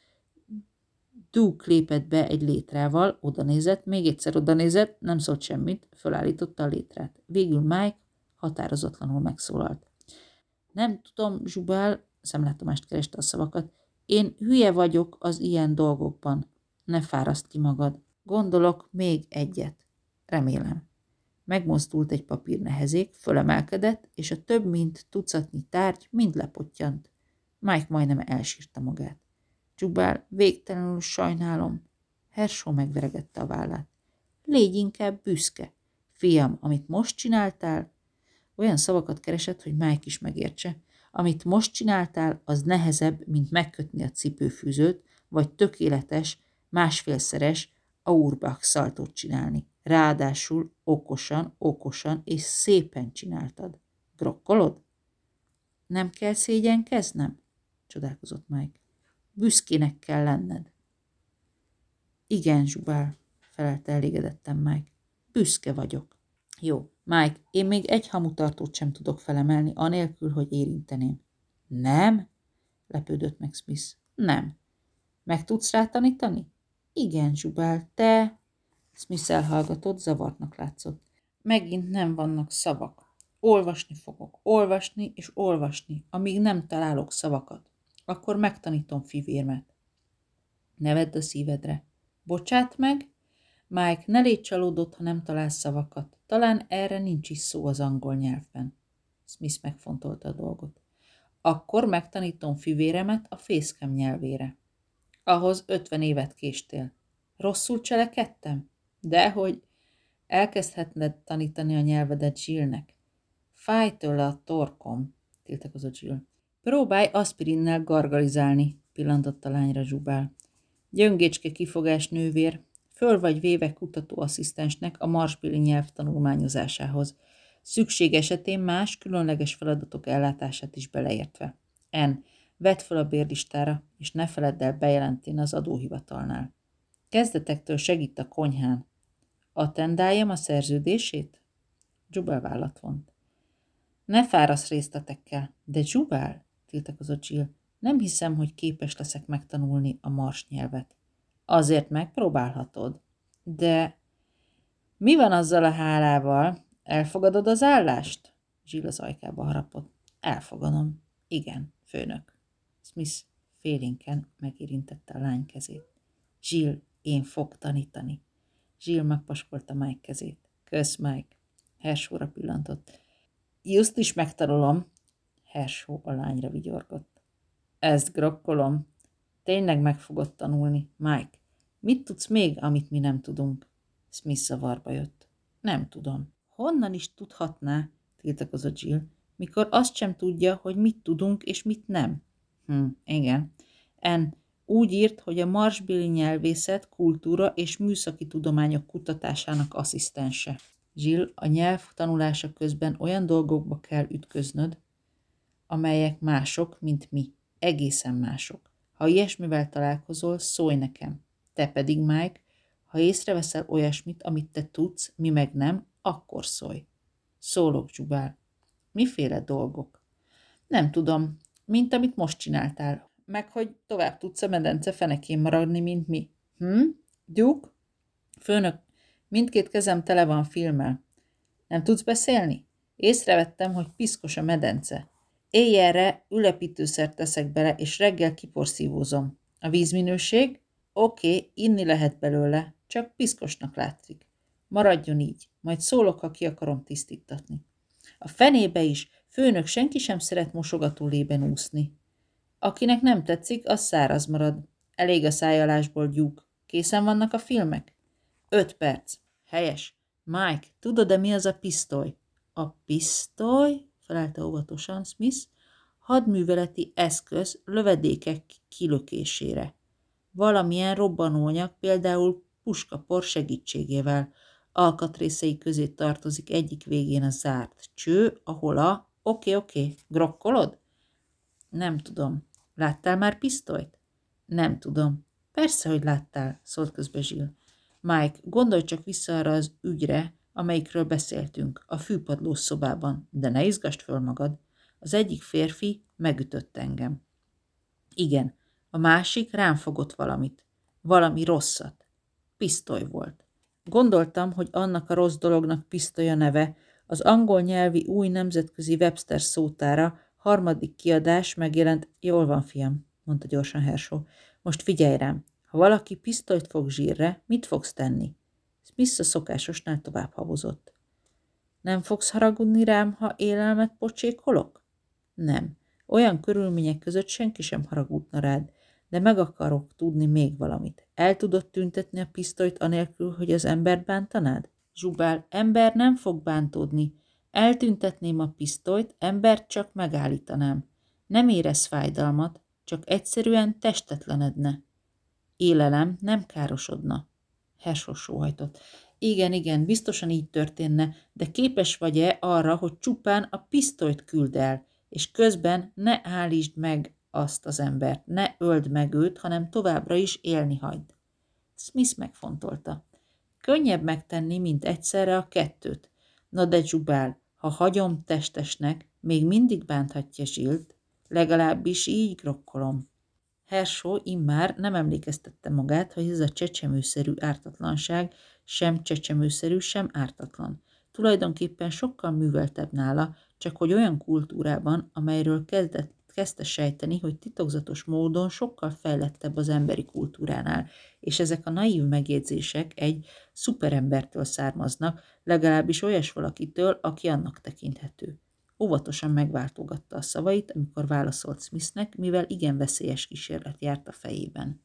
Duke lépett be egy létrával, odanézett, még egyszer odanézett, nem szólt semmit, fölállította a létrát. Végül Mike határozatlanul megszólalt. Nem tudom, Zsubál, szemlátomást kereste a szavakat, én hülye vagyok az ilyen dolgokban. Ne fáraszd ki magad. Gondolok még egyet. Remélem. Megmozdult egy papír nehezék, fölemelkedett, és a több mint tucatnyi tárgy mind lepottyant. Mike majdnem elsírta magát. Zsubál, végtelenül sajnálom. Hershey megveregette a vállát. Légy inkább büszke. Fiam, amit most csináltál? Olyan szavakat keresett, hogy Mike is megértse. Amit most csináltál, az nehezebb, mint megkötni a cipőfűzőt, vagy tökéletes, másfélszeres Auerbach szaltót csinálni. Ráadásul okosan, okosan és szépen csináltad. Grokkolod? Nem kell szégyenkeznem? Csodálkozott Mike. Büszkének kell lenned. Igen, Zsubál, felelte elégedetten Mike. Büszke vagyok. Jó, Mike, én még egy hamutartót sem tudok felemelni, anélkül, hogy érinteném. Nem? Lepődött meg Smith. Nem. Meg tudsz rá tanítani? Igen, Zsubál, te... Smith elhallgatott, zavartnak látszott. Megint nem vannak szavak. Olvasni fogok, olvasni és olvasni, amíg nem találok szavakat. Akkor megtanítom fivérmet. Ne vedd a szívedre. Bocsát meg? Mike, ne légy csalódott, ha nem találsz szavakat. Talán erre nincs is szó az angol nyelvben. Smith megfontolta a dolgot. Akkor megtanítom fivéremet a fészkem nyelvére. Ahhoz ötven évet késtél. Rosszul cselekedtem? Dehogy elkezdhetned tanítani a nyelvedet Jillnek. Fáj tőle a torkom, tiltakozott Jill. Próbálj aspirinnel gargalizálni, pillantott a lányra Zsubál. Gyöngécske kifogás nővér, föl vagy véve kutatóasszisztensnek a marsbéli nyelv tanulmányozásához, szükség esetén más különleges feladatok ellátását is beleértve. En, vedd fel a bérlistára, és ne feledd el bejelenteni az adóhivatalnál. Kezdetektől segít a konyhán. Attendáljam a szerződését? Zsubál vállat vont. Ne fárasz részletekkel, de Zsubál, tiltakozott Jill, nem hiszem, hogy képes leszek megtanulni a mars nyelvet. Azért megpróbálhatod. De mi van azzal a hálával? Elfogadod az állást? Jill az ajkába harapott. Elfogadom. Igen, főnök. Smith félénken megérintette a lány kezét. Jill, én fog tanítani. Jill megpaskolta Mike kezét. Kösz, Mike. Hershóra pillantott. Just is megtanulom. Hershó a lányra vigyorgott. Ezt grokkolom. Tényleg meg fogod tanulni. Mike, mit tudsz még, amit mi nem tudunk? Smith zavarba jött. Nem tudom. Honnan is tudhatná, tiltakozott Jill, mikor azt sem tudja, hogy mit tudunk és mit nem. Hm, igen. En úgy írt, hogy a marsbéli nyelvészet, kultúra és műszaki tudományok kutatásának asszisztense. Jill, a nyelv tanulása közben olyan dolgokba kell ütköznöd, amelyek mások, mint mi. Egészen mások. Ha ilyesmivel találkozol, szólj nekem. Te pedig, Mike, ha észreveszel olyasmit, amit te tudsz, mi meg nem, akkor szólj. Szólok, Zsubál. Miféle dolgok? Nem tudom, mint amit most csináltál. Meg, hogy tovább tudsz a medence fenekén maradni, mint mi. Hm? Duke? Főnök, mindkét kezem tele van filmmel. Nem tudsz beszélni? Észrevettem, hogy piszkos a medence. Éjjelre ülepítőszert teszek bele, és reggel kiporszívózom. A vízminőség? Oké, okay, inni lehet belőle, csak piszkosnak látszik. Maradjon így, majd szólok, ha ki akarom tisztítatni. A fenébe is, főnök, senki sem szeret mosogató lében úszni. Akinek nem tetszik, az száraz marad. Elég a szájalásból, Duke. Készen vannak a filmek? Öt perc. Helyes. Mike, tudod-e, mi az a pisztoly? A pisztoly? Felelte óvatosan Smith. Hadműveleti eszköz lövedékek kilökésére. Valamilyen robbanóanyag, például puskapor segítségével. Alkatrészei közé tartozik egyik végén a zárt cső, ahol a... Oké, okay, oké, okay. Grokkolod? Nem tudom. Láttál már pisztolyt? Nem tudom. Persze, hogy láttál, szólt közbe Jill. Mike, gondolj csak vissza arra az ügyre, amelyikről beszéltünk, a fűpadlós szobában, de ne izgasd föl magad. Az egyik férfi megütött engem. Igen, a másik rám fogott valamit. Valami rosszat. Pisztoly volt. Gondoltam, hogy annak a rossz dolognak pisztoly a neve, az angol nyelvi új nemzetközi Webster szótára harmadik kiadás megjelent. Jól van, fiam, mondta gyorsan Hershó. Most figyelj rám, ha valaki pisztolyt fog Jillre, mit fogsz tenni? Smith a szokásosnál tovább habozott. Nem fogsz haragudni rám, ha élelmet pocsékolok? Nem. Olyan körülmények között senki sem haragudna rád, de meg akarok tudni még valamit. El tudod tüntetni a pisztolyt anélkül, hogy az embert bántanád? Zsubál, ember nem fog bántódni. Eltüntetném a pisztolyt, embert csak megállítanám. Nem érez fájdalmat, csak egyszerűen testetlenedne. Élelem nem károsodna. Herschel sóhajtott. Igen, igen, biztosan így történne, de képes vagy-e arra, hogy csupán a pisztolyt küld el, és közben ne állítsd meg azt az embert, ne öld meg őt, hanem továbbra is élni hagyd. Smith megfontolta. Könnyebb megtenni, mint egyszerre a kettőt. Na de Jubal, ha hagyom testesnek, még mindig bánthatja Zsilt, legalábbis így grokkolom. Herschel immár nem emlékeztette magát, hogy ez a csecsemőszerű ártatlanság sem csecsemőszerű, sem ártatlan. Tulajdonképpen sokkal műveltebb nála, csak hogy olyan kultúrában, amelyről kezdett, kezdte sejteni, hogy titokzatos módon sokkal fejlettebb az emberi kultúránál, és ezek a naív megjegyzések egy szuperembertől származnak, legalábbis olyas valakitől, aki annak tekinthető. Óvatosan megváltogatta a szavait, amikor válaszolt Smithnek, mivel igen veszélyes kísérlet járt a fejében.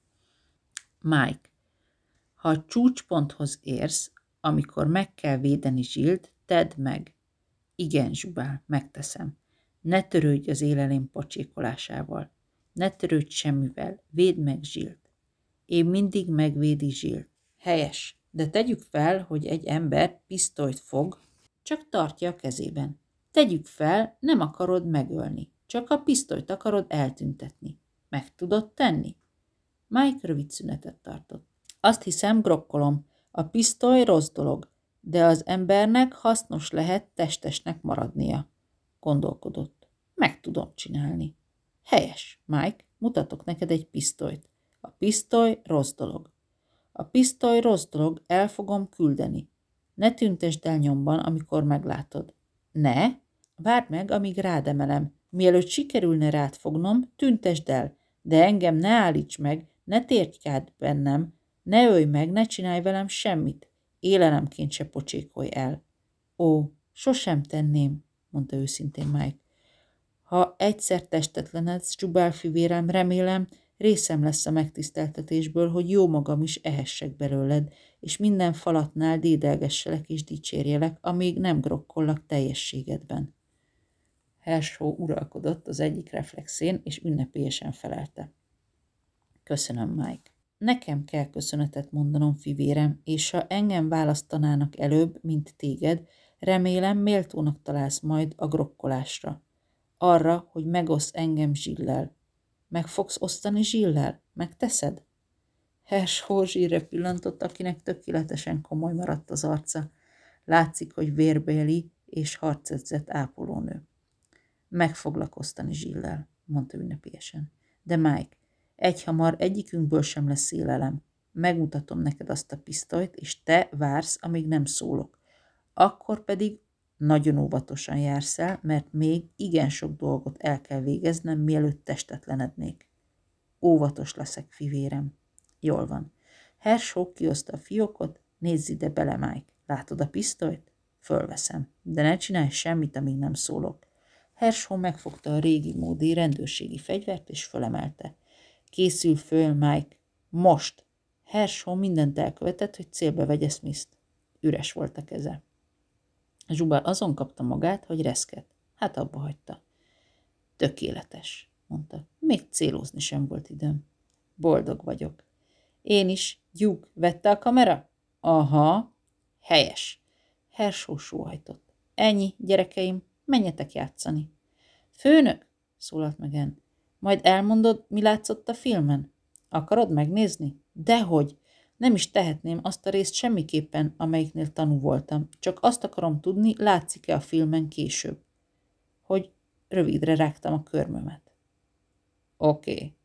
Mike, ha a csúcsponthoz érsz, amikor meg kell védeni Zsilt, tedd meg. Igen, Jubal, megteszem. Ne törődj az élelem pocsékolásával. Ne törődj semmivel, védd meg Zsilt. Én mindig megvédi Zsilt. Helyes, de tegyük fel, hogy egy ember pisztolyt fog, csak tartja a kezében. Tegyük fel, nem akarod megölni, csak a pisztolyt akarod eltüntetni. Meg tudod tenni? Mike rövid szünetet tartott. Azt hiszem, grokkolom, a pisztoly rossz dolog, de az embernek hasznos lehet testesnek maradnia. Gondolkodott. Meg tudom csinálni. Helyes, Mike, mutatok neked egy pisztolyt. A pisztoly rossz dolog. A pisztoly rossz dolog, el fogom küldeni. Ne tüntesd el nyomban, amikor meglátod. Ne? Várd meg, amíg rád emelem. Mielőtt sikerülne rád fognom, tüntesd el, de engem ne állíts meg, ne térjkád bennem, ne ölj meg, ne csinálj velem semmit. Élelemként se pocsékolj el. Ó, sosem tenném, mondta őszintén Mike. Ha egyszer testetlenedsz, Jubal fivérem, remélem, részem lesz a megtiszteltetésből, hogy jó magam is ehessek belőled, és minden falatnál dédelgesselek és dicsérjelek, amíg nem grokkollak teljességedben. Herschel uralkodott az egyik reflexén, és ünnepélyesen felelte. Köszönöm, Mike. Nekem kell köszönetet mondanom, fivérem, és ha engem választanának előbb, mint téged, remélem méltónak találsz majd a grokkolásra. Arra, hogy megosz engem Zsillel. Meg fogsz osztani Zsillel? Megteszed? Herschel Zsillre pillantott, akinek tökéletesen komoly maradt az arca. Látszik, hogy vérbéli és harcedzett ápolónő. Meg foglak osztani Zsillel, mondta ünnepélyesen. De Mike, egyhamar egyikünkből sem lesz élelem. Megmutatom neked azt a pisztolyt, és te vársz, amíg nem szólok. Akkor pedig nagyon óvatosan jársz el, mert még igen sok dolgot el kell végeznem, mielőtt testetlenednék. Óvatos leszek, fivérem. Jól van. Herschel kihozta a fiókot, nézz ide bele, Mike. Látod a pisztolyt? Fölveszem. De ne csinálj semmit, amíg nem szólok. Herschel megfogta a régi módi rendőrségi fegyvert, és fölemelte. Készül föl, Mike. Most! Herschel mindent elkövetett, hogy célbe vegye Smith-t. Üres volt a keze. Jubal azon kapta magát, hogy reszket. Hát abba hagyta. Tökéletes, mondta. Még célozni sem volt időm. Boldog vagyok. Én is. Gyug, vette a kamera? Aha. Helyes. Herschel sóhajtott. Ennyi, gyerekeim, menjetek játszani. Főnök, szólalt meg Ann, majd elmondod, mi látszott a filmen? Akarod megnézni? Dehogy. Nem is tehetném azt a részt semmiképpen, amelyiknél tanú voltam. Csak azt akarom tudni, látszik-e a filmen később. Hogy rövidre rágtam a körmömet. Oké, okay,